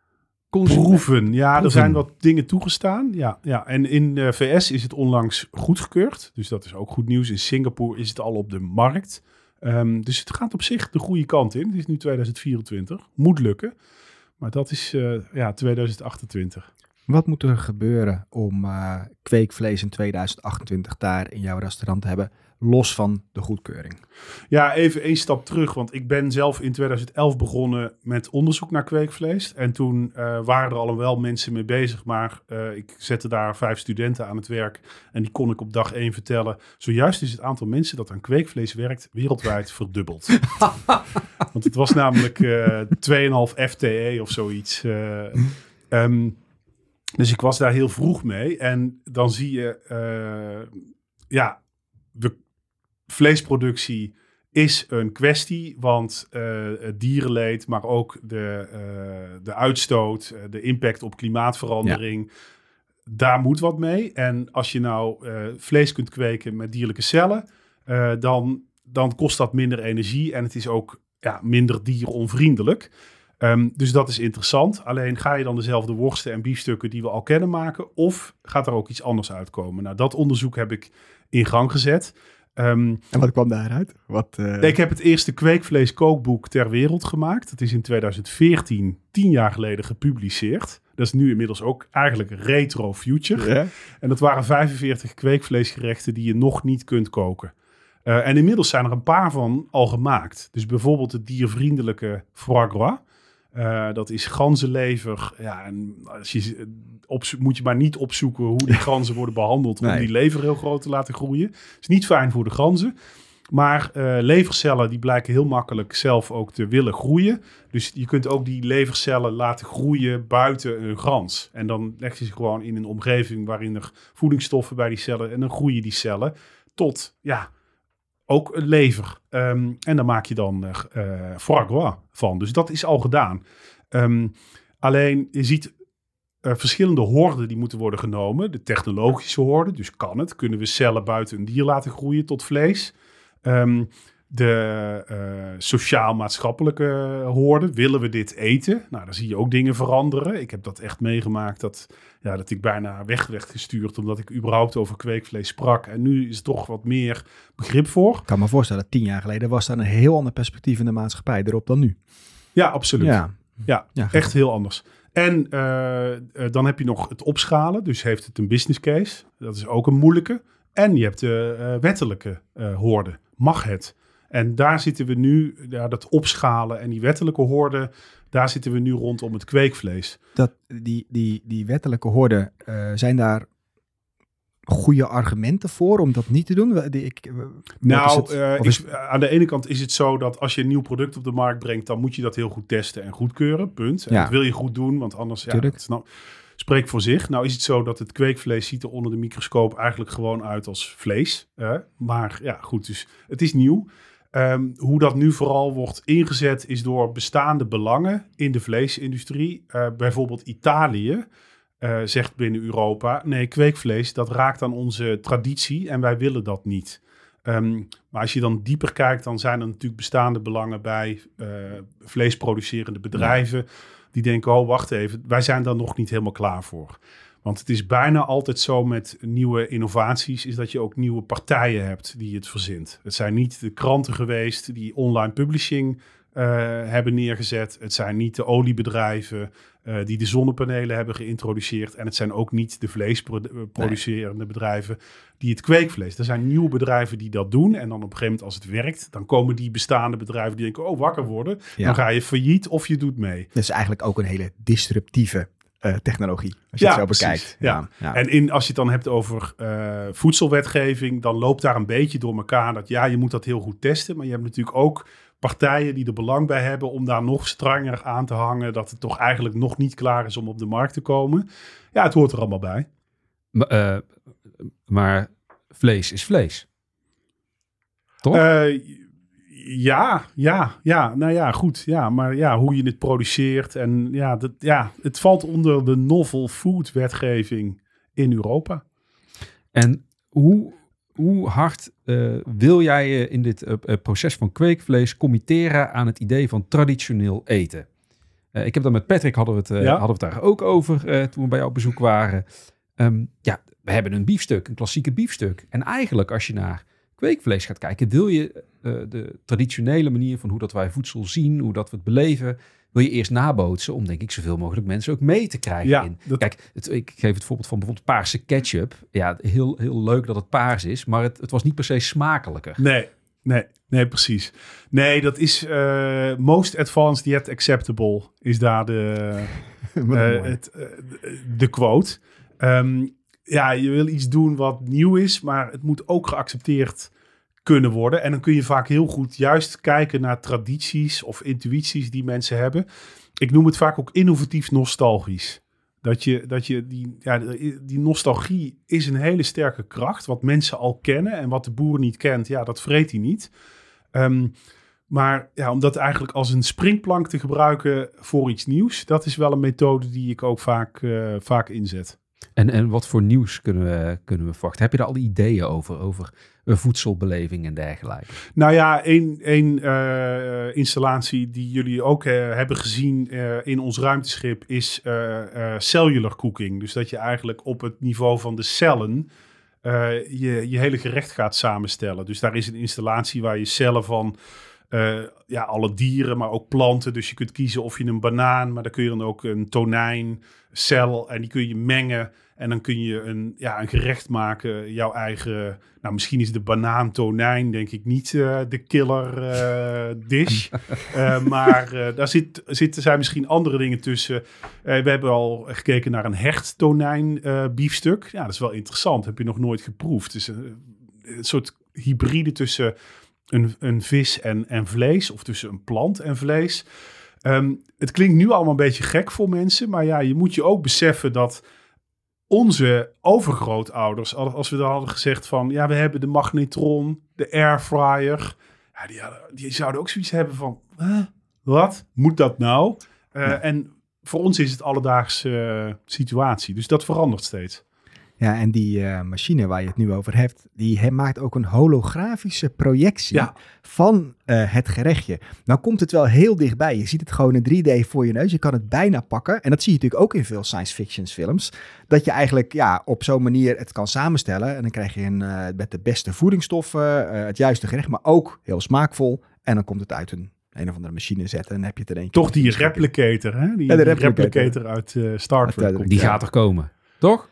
proeven. Ja, proeven. Er zijn wat dingen toegestaan. Ja, ja. En in de V S is het onlangs goedgekeurd. Dus dat is ook goed nieuws. In Singapore is het al op de markt. Um, dus het gaat op zich de goede kant in. Het is nu tweeduizend vierentwintig. Moet lukken. Maar dat is uh, ja, tweeduizend achtentwintig. Wat moet er gebeuren om uh, kweekvlees in tweeduizend achtentwintig daar in jouw restaurant te hebben, los van de goedkeuring? Ja, even één stap terug, want ik ben zelf in tweeduizend elf begonnen met onderzoek naar kweekvlees. En toen uh, waren er al wel mensen mee bezig, maar uh, ik zette daar vijf studenten aan het werk en die kon ik op dag één vertellen. Zojuist is het aantal mensen dat aan kweekvlees werkt wereldwijd verdubbeld. Want het was namelijk uh, twee komma vijf F T E of zoiets. Uh, um, dus ik was daar heel vroeg mee en dan zie je, uh, ja, de vleesproductie is een kwestie, want uh, het dierenleed, maar ook de, uh, de uitstoot, uh, de impact op klimaatverandering, ja. Daar moet wat mee. En als je nou uh, vlees kunt kweken met dierlijke cellen, uh, dan, dan kost dat minder energie en het is ook ja, minder dieronvriendelijk. Um, dus dat is interessant. Alleen ga je dan dezelfde worsten en biefstukken die we al kennen maken, of gaat er ook iets anders uitkomen? Nou, dat onderzoek heb ik in gang gezet. Um, en wat kwam daaruit? Wat, uh... Ik heb het eerste kweekvlees kookboek ter wereld gemaakt. Dat is in tweeduizend veertien, tien jaar geleden, gepubliceerd. Dat is nu inmiddels ook eigenlijk retro future. Yeah. En dat waren vijfenveertig kweekvleesgerechten die je nog niet kunt koken. Uh, en inmiddels zijn er een paar van al gemaakt. Dus bijvoorbeeld het diervriendelijke foie gras. Uh, dat is ganzenlever. Ja, en als je, op, moet je maar niet opzoeken hoe die ganzen worden behandeld nee. om die lever heel groot te laten groeien. Het is niet fijn voor de ganzen. Maar uh, levercellen die blijken heel makkelijk zelf ook te willen groeien. Dus je kunt ook die levercellen laten groeien buiten een gans. En dan leg je ze gewoon in een omgeving waarin er voedingsstoffen bij die cellen. En dan groeien die cellen tot, ja, ook een lever. Um, en daar maak je dan uh, foie gras van. Dus dat is al gedaan. Um, alleen, je ziet uh, verschillende horden die moeten worden genomen. De technologische horde, dus kan het. Kunnen we cellen buiten een dier laten groeien tot vlees? Um, de uh, sociaal-maatschappelijke horde. Willen we dit eten? Nou, dan zie je ook dingen veranderen. Ik heb dat echt meegemaakt dat, ja, dat ik bijna weg werd gestuurd omdat ik überhaupt over kweekvlees sprak. En nu is er toch wat meer begrip voor. Ik kan me voorstellen, tien jaar geleden was daar een heel ander perspectief in de maatschappij erop dan nu. Ja, absoluut. Ja, ja, ja echt heel anders. En uh, uh, dan heb je nog het opschalen. Dus heeft het een business case. Dat is ook een moeilijke. En je hebt de uh, wettelijke uh, horde. Mag het? En daar zitten we nu, ja, dat opschalen en die wettelijke horde, daar zitten we nu rondom het kweekvlees. Dat, die, die, die wettelijke horde, uh, zijn daar goede argumenten voor om dat niet te doen? Ik, nou, het, uh, is... ik, aan de ene kant is het zo dat als je een nieuw product op de markt brengt, dan moet je dat heel goed testen en goedkeuren, punt. En ja. dat wil je goed doen, want anders ja, dat snap, spreekt voor zich. Nou is het zo dat het kweekvlees ziet er onder de microscoop eigenlijk gewoon uit als vlees. Uh, maar ja, goed, dus het is nieuw. Um, hoe dat nu vooral wordt ingezet is door bestaande belangen in de vleesindustrie. Uh, bijvoorbeeld Italië uh, zegt binnen Europa, nee, kweekvlees, dat raakt aan onze traditie en wij willen dat niet. Um, maar als je dan dieper kijkt, dan zijn er natuurlijk bestaande belangen bij uh, vleesproducerende bedrijven. Ja. Die denken, oh wacht even, wij zijn daar nog niet helemaal klaar voor. Want het is bijna altijd zo met nieuwe innovaties, is dat je ook nieuwe partijen hebt die het verzint. Het zijn niet de kranten geweest die online publishing uh, hebben neergezet. Het zijn niet de oliebedrijven uh, die de zonnepanelen hebben geïntroduceerd. En het zijn ook niet de vleesproducerende nee. bedrijven die het kweekvlees. Er zijn nieuwe bedrijven die dat doen. En dan op een gegeven moment als het werkt, dan komen die bestaande bedrijven die denken, oh wakker worden. Ja. Dan ga je failliet of je doet mee. Dat is eigenlijk ook een hele disruptieve Uh, technologie, als je ja, het zo bekijkt. Ja. Ja. Ja. En in, als je het dan hebt over uh, voedselwetgeving, dan loopt daar een beetje door elkaar dat ja, je moet dat heel goed testen, maar je hebt natuurlijk ook partijen die er belang bij hebben om daar nog strenger aan te hangen, dat het toch eigenlijk nog niet klaar is om op de markt te komen. Ja, het hoort er allemaal bij. Maar, uh, maar vlees is vlees. Toch? Uh, Ja, ja, ja, nou ja, goed. Ja, maar ja, hoe je het produceert en ja, dat, ja, het valt onder de novel food wetgeving in Europa. En hoe, hoe hard uh, wil jij je in dit uh, proces van kweekvlees committeren aan het idee van traditioneel eten? Uh, ik heb dat met Patrick, hadden we het, uh, ja? hadden we het daar ook over uh, toen we bij jou op bezoek waren. Um, ja, we hebben een biefstuk, een klassieke biefstuk. En eigenlijk als je naar kweekvlees gaat kijken, wil je uh, de traditionele manier van hoe dat wij voedsel zien, hoe dat we het beleven, wil je eerst nabootsen om, denk ik, zoveel mogelijk mensen ook mee te krijgen. Ja, in. Dat... Kijk, het, ik geef het voorbeeld van bijvoorbeeld paarse ketchup. Ja, heel, heel leuk dat het paars is, maar het, het was niet per se smakelijker. Nee, nee, nee, precies. Nee, dat is uh, most advanced yet acceptable, is daar de, uh, het, uh, de quote. Um, Ja, je wil iets doen wat nieuw is, maar het moet ook geaccepteerd kunnen worden. En dan kun je vaak heel goed juist kijken naar tradities of intuïties die mensen hebben. Ik noem het vaak ook innovatief nostalgisch. Dat je, dat je die, ja, die nostalgie is een hele sterke kracht. Wat mensen al kennen en wat de boer niet kent, ja, dat vreet hij niet. Um, maar ja, om dat eigenlijk als een springplank te gebruiken voor iets nieuws, dat is wel een methode die ik ook vaak, uh, vaak inzet. En, en wat voor nieuws kunnen we, kunnen we verwachten? Heb je daar al ideeën over, over voedselbeleving en dergelijke? Nou ja, één, één uh, installatie die jullie ook uh, hebben gezien uh, in ons ruimteschip is uh, uh, cellular cooking. Dus dat je eigenlijk op het niveau van de cellen uh, je, je hele gerecht gaat samenstellen. Dus daar is een installatie waar je cellen van Uh, ja, alle dieren, maar ook planten. Dus je kunt kiezen of je een banaan, maar dan kun je dan ook een tonijncel en die kun je mengen. En dan kun je een, ja, een gerecht maken, jouw eigen. Nou, misschien is de banaan tonijn, denk ik, niet uh, de killer uh, dish. uh, maar uh, daar zit, zitten zijn misschien andere dingen tussen. Uh, we hebben al gekeken naar een hecht-tonijn uh, biefstuk. Ja, dat is wel interessant. Heb je nog nooit geproefd. Het is een, een soort hybride tussen Een, een vis en, en vlees, of tussen een plant en vlees. Um, het klinkt nu allemaal een beetje gek voor mensen, maar ja, je moet je ook beseffen dat onze overgrootouders, als we dan hadden gezegd van, ja, we hebben de magnetron, de airfryer, ja, die, hadden, die zouden ook zoiets hebben van, huh? Wat? Moet dat nou? Uh, ja. En voor ons is het alledaagse uh, situatie, dus dat verandert steeds. Ja, en die uh, machine waar je het nu over hebt, die he, maakt ook een holografische projectie ja. van uh, het gerechtje. Nou komt het wel heel dichtbij. Je ziet het gewoon in drie D voor je neus. Je kan het bijna pakken. En dat zie je natuurlijk ook in veel science fiction films. Dat je eigenlijk ja, op zo'n manier het kan samenstellen. En dan krijg je een, uh, met de beste voedingsstoffen uh, het juiste gerecht, maar ook heel smaakvol. En dan komt het uit een een of andere machine zetten en dan heb je het er eentje. Toch die replicator, hè? Die, ja, de die replicator. replicator uit uh, Star Trek. Die ja. gaat er komen, toch?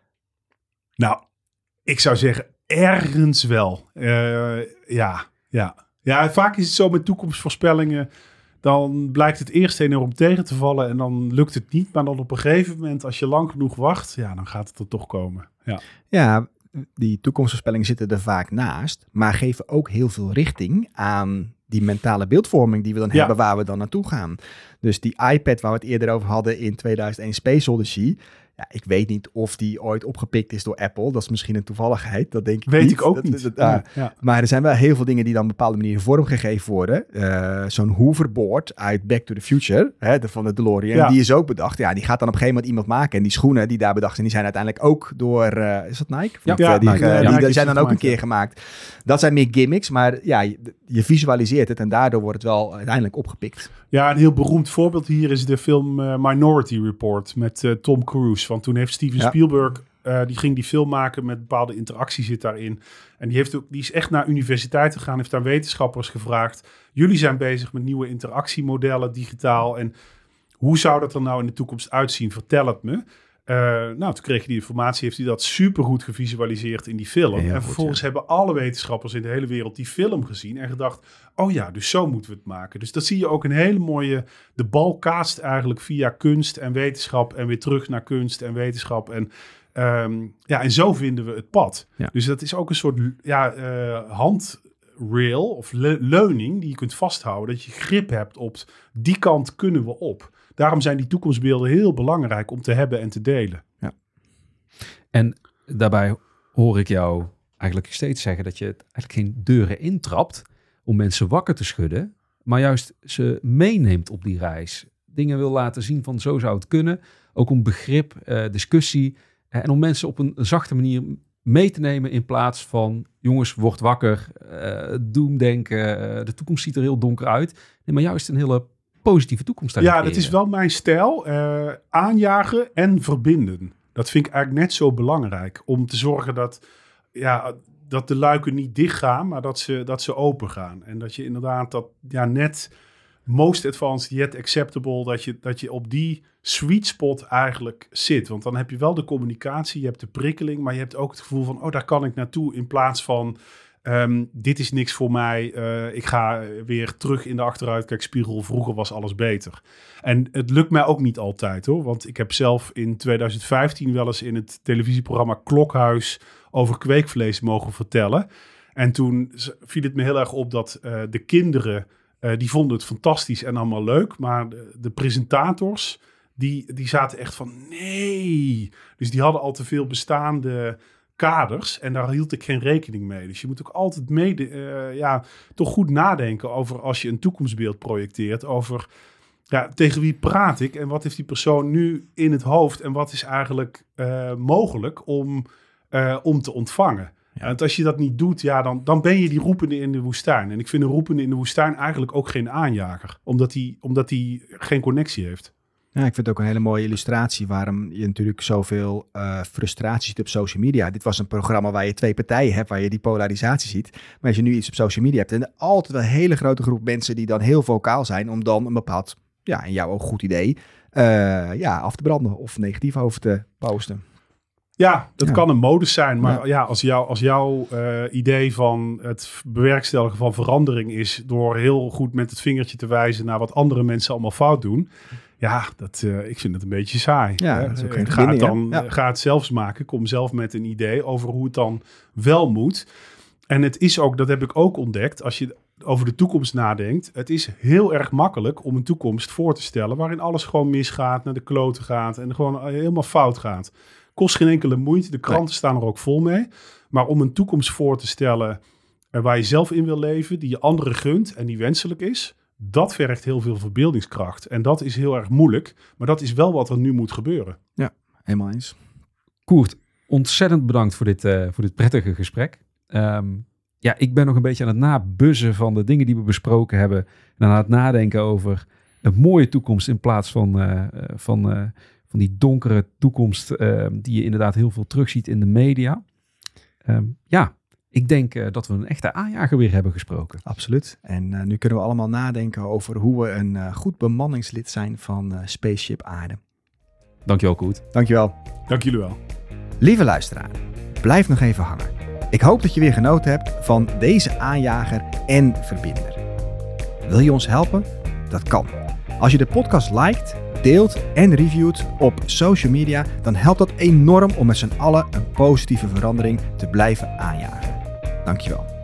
Nou, ik zou zeggen, ergens wel. Uh, ja, ja. Ja, vaak is het zo met toekomstvoorspellingen. Dan blijkt het eerst enorm tegen te vallen en dan lukt het niet. Maar dan op een gegeven moment, als je lang genoeg wacht, ja, dan gaat het er toch komen. Ja, ja die toekomstvoorspellingen zitten er vaak naast, maar geven ook heel veel richting aan die mentale beeldvorming die we dan Ja. hebben, waar we dan naartoe gaan. Dus die iPad waar we het eerder over hadden in tweeduizend één Space Odyssey, ja, ik weet niet of die ooit opgepikt is door Apple. Dat is misschien een toevalligheid, dat denk ik Weet niet. ik ook Dat- niet. dat- ah, Ja, ja. Maar er zijn wel heel veel dingen die dan op bepaalde manieren vormgegeven worden. Uh, zo'n hoverboard uit Back to the Future, hè, de, van de DeLorean, Ja. die is ook bedacht. Ja, die gaat dan op een gegeven moment iemand maken. En die schoenen die daar bedacht zijn, die zijn uiteindelijk ook door, uh, is dat Nike? Ja, Of, uh, ja, die, Nike. uh, Ja, die Nike is zijn dan het ook een gemaakt, keer gemaakt. Dat zijn meer gimmicks, maar ja, je, je visualiseert het en daardoor wordt het wel uiteindelijk opgepikt. Ja, een heel beroemd voorbeeld hier is de film uh, Minority Report met uh, Tom Cruise. Want toen heeft Steven Ja. Spielberg, uh, die ging die film maken met bepaalde interactie zit daarin. En die, heeft ook, die is echt naar universiteit gegaan, heeft aan wetenschappers gevraagd. Jullie zijn bezig met nieuwe interactiemodellen, digitaal. En hoe zou dat er nou in de toekomst uitzien? Vertel het me. Uh, nou, toen kreeg hij die informatie, heeft hij dat supergoed gevisualiseerd in die film. Heel en goed, vervolgens ja. hebben alle wetenschappers in de hele wereld die film gezien en gedacht, oh ja, dus zo moeten we het maken. Dus dat zie je ook een hele mooie, de bal kaast eigenlijk via kunst en wetenschap en weer terug naar kunst en wetenschap. En, um, ja, en zo vinden we het pad. Ja. Dus dat is ook een soort ja, uh, handrail of le- leuning die je kunt vasthouden, dat je grip hebt op die kant kunnen we op. Daarom zijn die toekomstbeelden heel belangrijk om te hebben en te delen. Ja. En daarbij hoor ik jou eigenlijk steeds zeggen dat je het eigenlijk geen deuren intrapt om mensen wakker te schudden, maar juist ze meeneemt op die reis. Dingen wil laten zien van zo zou het kunnen. Ook om begrip, uh, discussie uh, en om mensen op een zachte manier mee te nemen in plaats van jongens, word wakker, uh, doemdenken, uh, de toekomst ziet er heel donker uit. Nee, maar juist een hele positieve toekomst. Ja, creëren. Dat is wel mijn stijl. Uh, aanjagen en verbinden. Dat vind ik eigenlijk net zo belangrijk. Om te zorgen dat, ja, dat de luiken niet dicht gaan, maar dat ze, dat ze open gaan. En dat je inderdaad dat ja, net most advanced yet acceptable, dat je, dat je op die sweet spot eigenlijk zit. Want dan heb je wel de communicatie, je hebt de prikkeling, maar je hebt ook het gevoel van, oh, daar kan ik naartoe in plaats van, Um, dit is niks voor mij. Uh, ik ga weer terug in de achteruitkijkspiegel. Vroeger was alles beter. En het lukt mij ook niet altijd hoor. Want ik heb zelf in twintig vijftien wel eens in het televisieprogramma Klokhuis over kweekvlees mogen vertellen. En toen viel het me heel erg op dat uh, de kinderen, uh, die vonden het fantastisch en allemaal leuk. Maar de, de presentators, die, die zaten echt van nee. Dus die hadden al te veel bestaande kaders en daar hield ik geen rekening mee. Dus je moet ook altijd mede, uh, ja, toch goed nadenken over als je een toekomstbeeld projecteert, over ja, tegen wie praat ik en wat heeft die persoon nu in het hoofd en wat is eigenlijk uh, mogelijk om, uh, om te ontvangen. Ja. En als je dat niet doet, ja, dan, dan ben je die roepende in de woestijn. En ik vind een roepende in de woestijn eigenlijk ook geen aanjager, omdat die, omdat die geen connectie heeft. Ja, ik vind het ook een hele mooie illustratie waarom je natuurlijk zoveel uh, frustratie ziet op social media. Dit was een programma waar je twee partijen hebt, waar je die polarisatie ziet. Maar als je nu iets op social media hebt, dan er altijd wel een hele grote groep mensen die dan heel vocaal zijn om dan een bepaald, ja, in jouw oog goed idee, uh, ja, af te branden of negatief over te posten. Ja, dat ja. kan een modus zijn. Maar ja, ja ja als, jou, als jouw uh, idee van het bewerkstelligen van verandering is door heel goed met het vingertje te wijzen naar wat andere mensen allemaal fout doen. Ja, dat, uh, ik vind het een beetje saai. Ja, dat is ook geen ga, het verbinding, dan, ja. ga het zelfs maken. Kom zelf met een idee over hoe het dan wel moet. En het is ook, dat heb ik ook ontdekt, als je over de toekomst nadenkt. Het is heel erg makkelijk om een toekomst voor te stellen waarin alles gewoon misgaat, naar de kloten gaat en gewoon helemaal fout gaat. Kost geen enkele moeite. De kranten nee. staan er ook vol mee. Maar om een toekomst voor te stellen uh, waar je zelf in wil leven, die je anderen gunt en die wenselijk is, dat vergt heel veel verbeeldingskracht. En dat is heel erg moeilijk. Maar dat is wel wat er nu moet gebeuren. Ja, helemaal eens. Koert, ontzettend bedankt voor dit, uh, voor dit prettige gesprek. Um, ja, ik ben nog een beetje aan het nabuzzen van de dingen die we besproken hebben. En aan het nadenken over een mooie toekomst in plaats van, uh, van, uh, van die donkere toekomst uh, die je inderdaad heel veel terugziet in de media. Um, ja, ik denk uh, dat we een echte aanjager weer hebben gesproken. Absoluut. En uh, nu kunnen we allemaal nadenken over hoe we een uh, goed bemanningslid zijn van uh, Spaceship Aarde. Dankjewel, Koert. Dankjewel. Dank jullie wel. Lieve luisteraar, blijf nog even hangen. Ik hoop dat je weer genoten hebt van deze aanjager en verbinder. Wil je ons helpen? Dat kan. Als je de podcast liked, deelt en reviewt op social media, dan helpt dat enorm om met z'n allen een positieve verandering te blijven aanjagen. Dankjewel.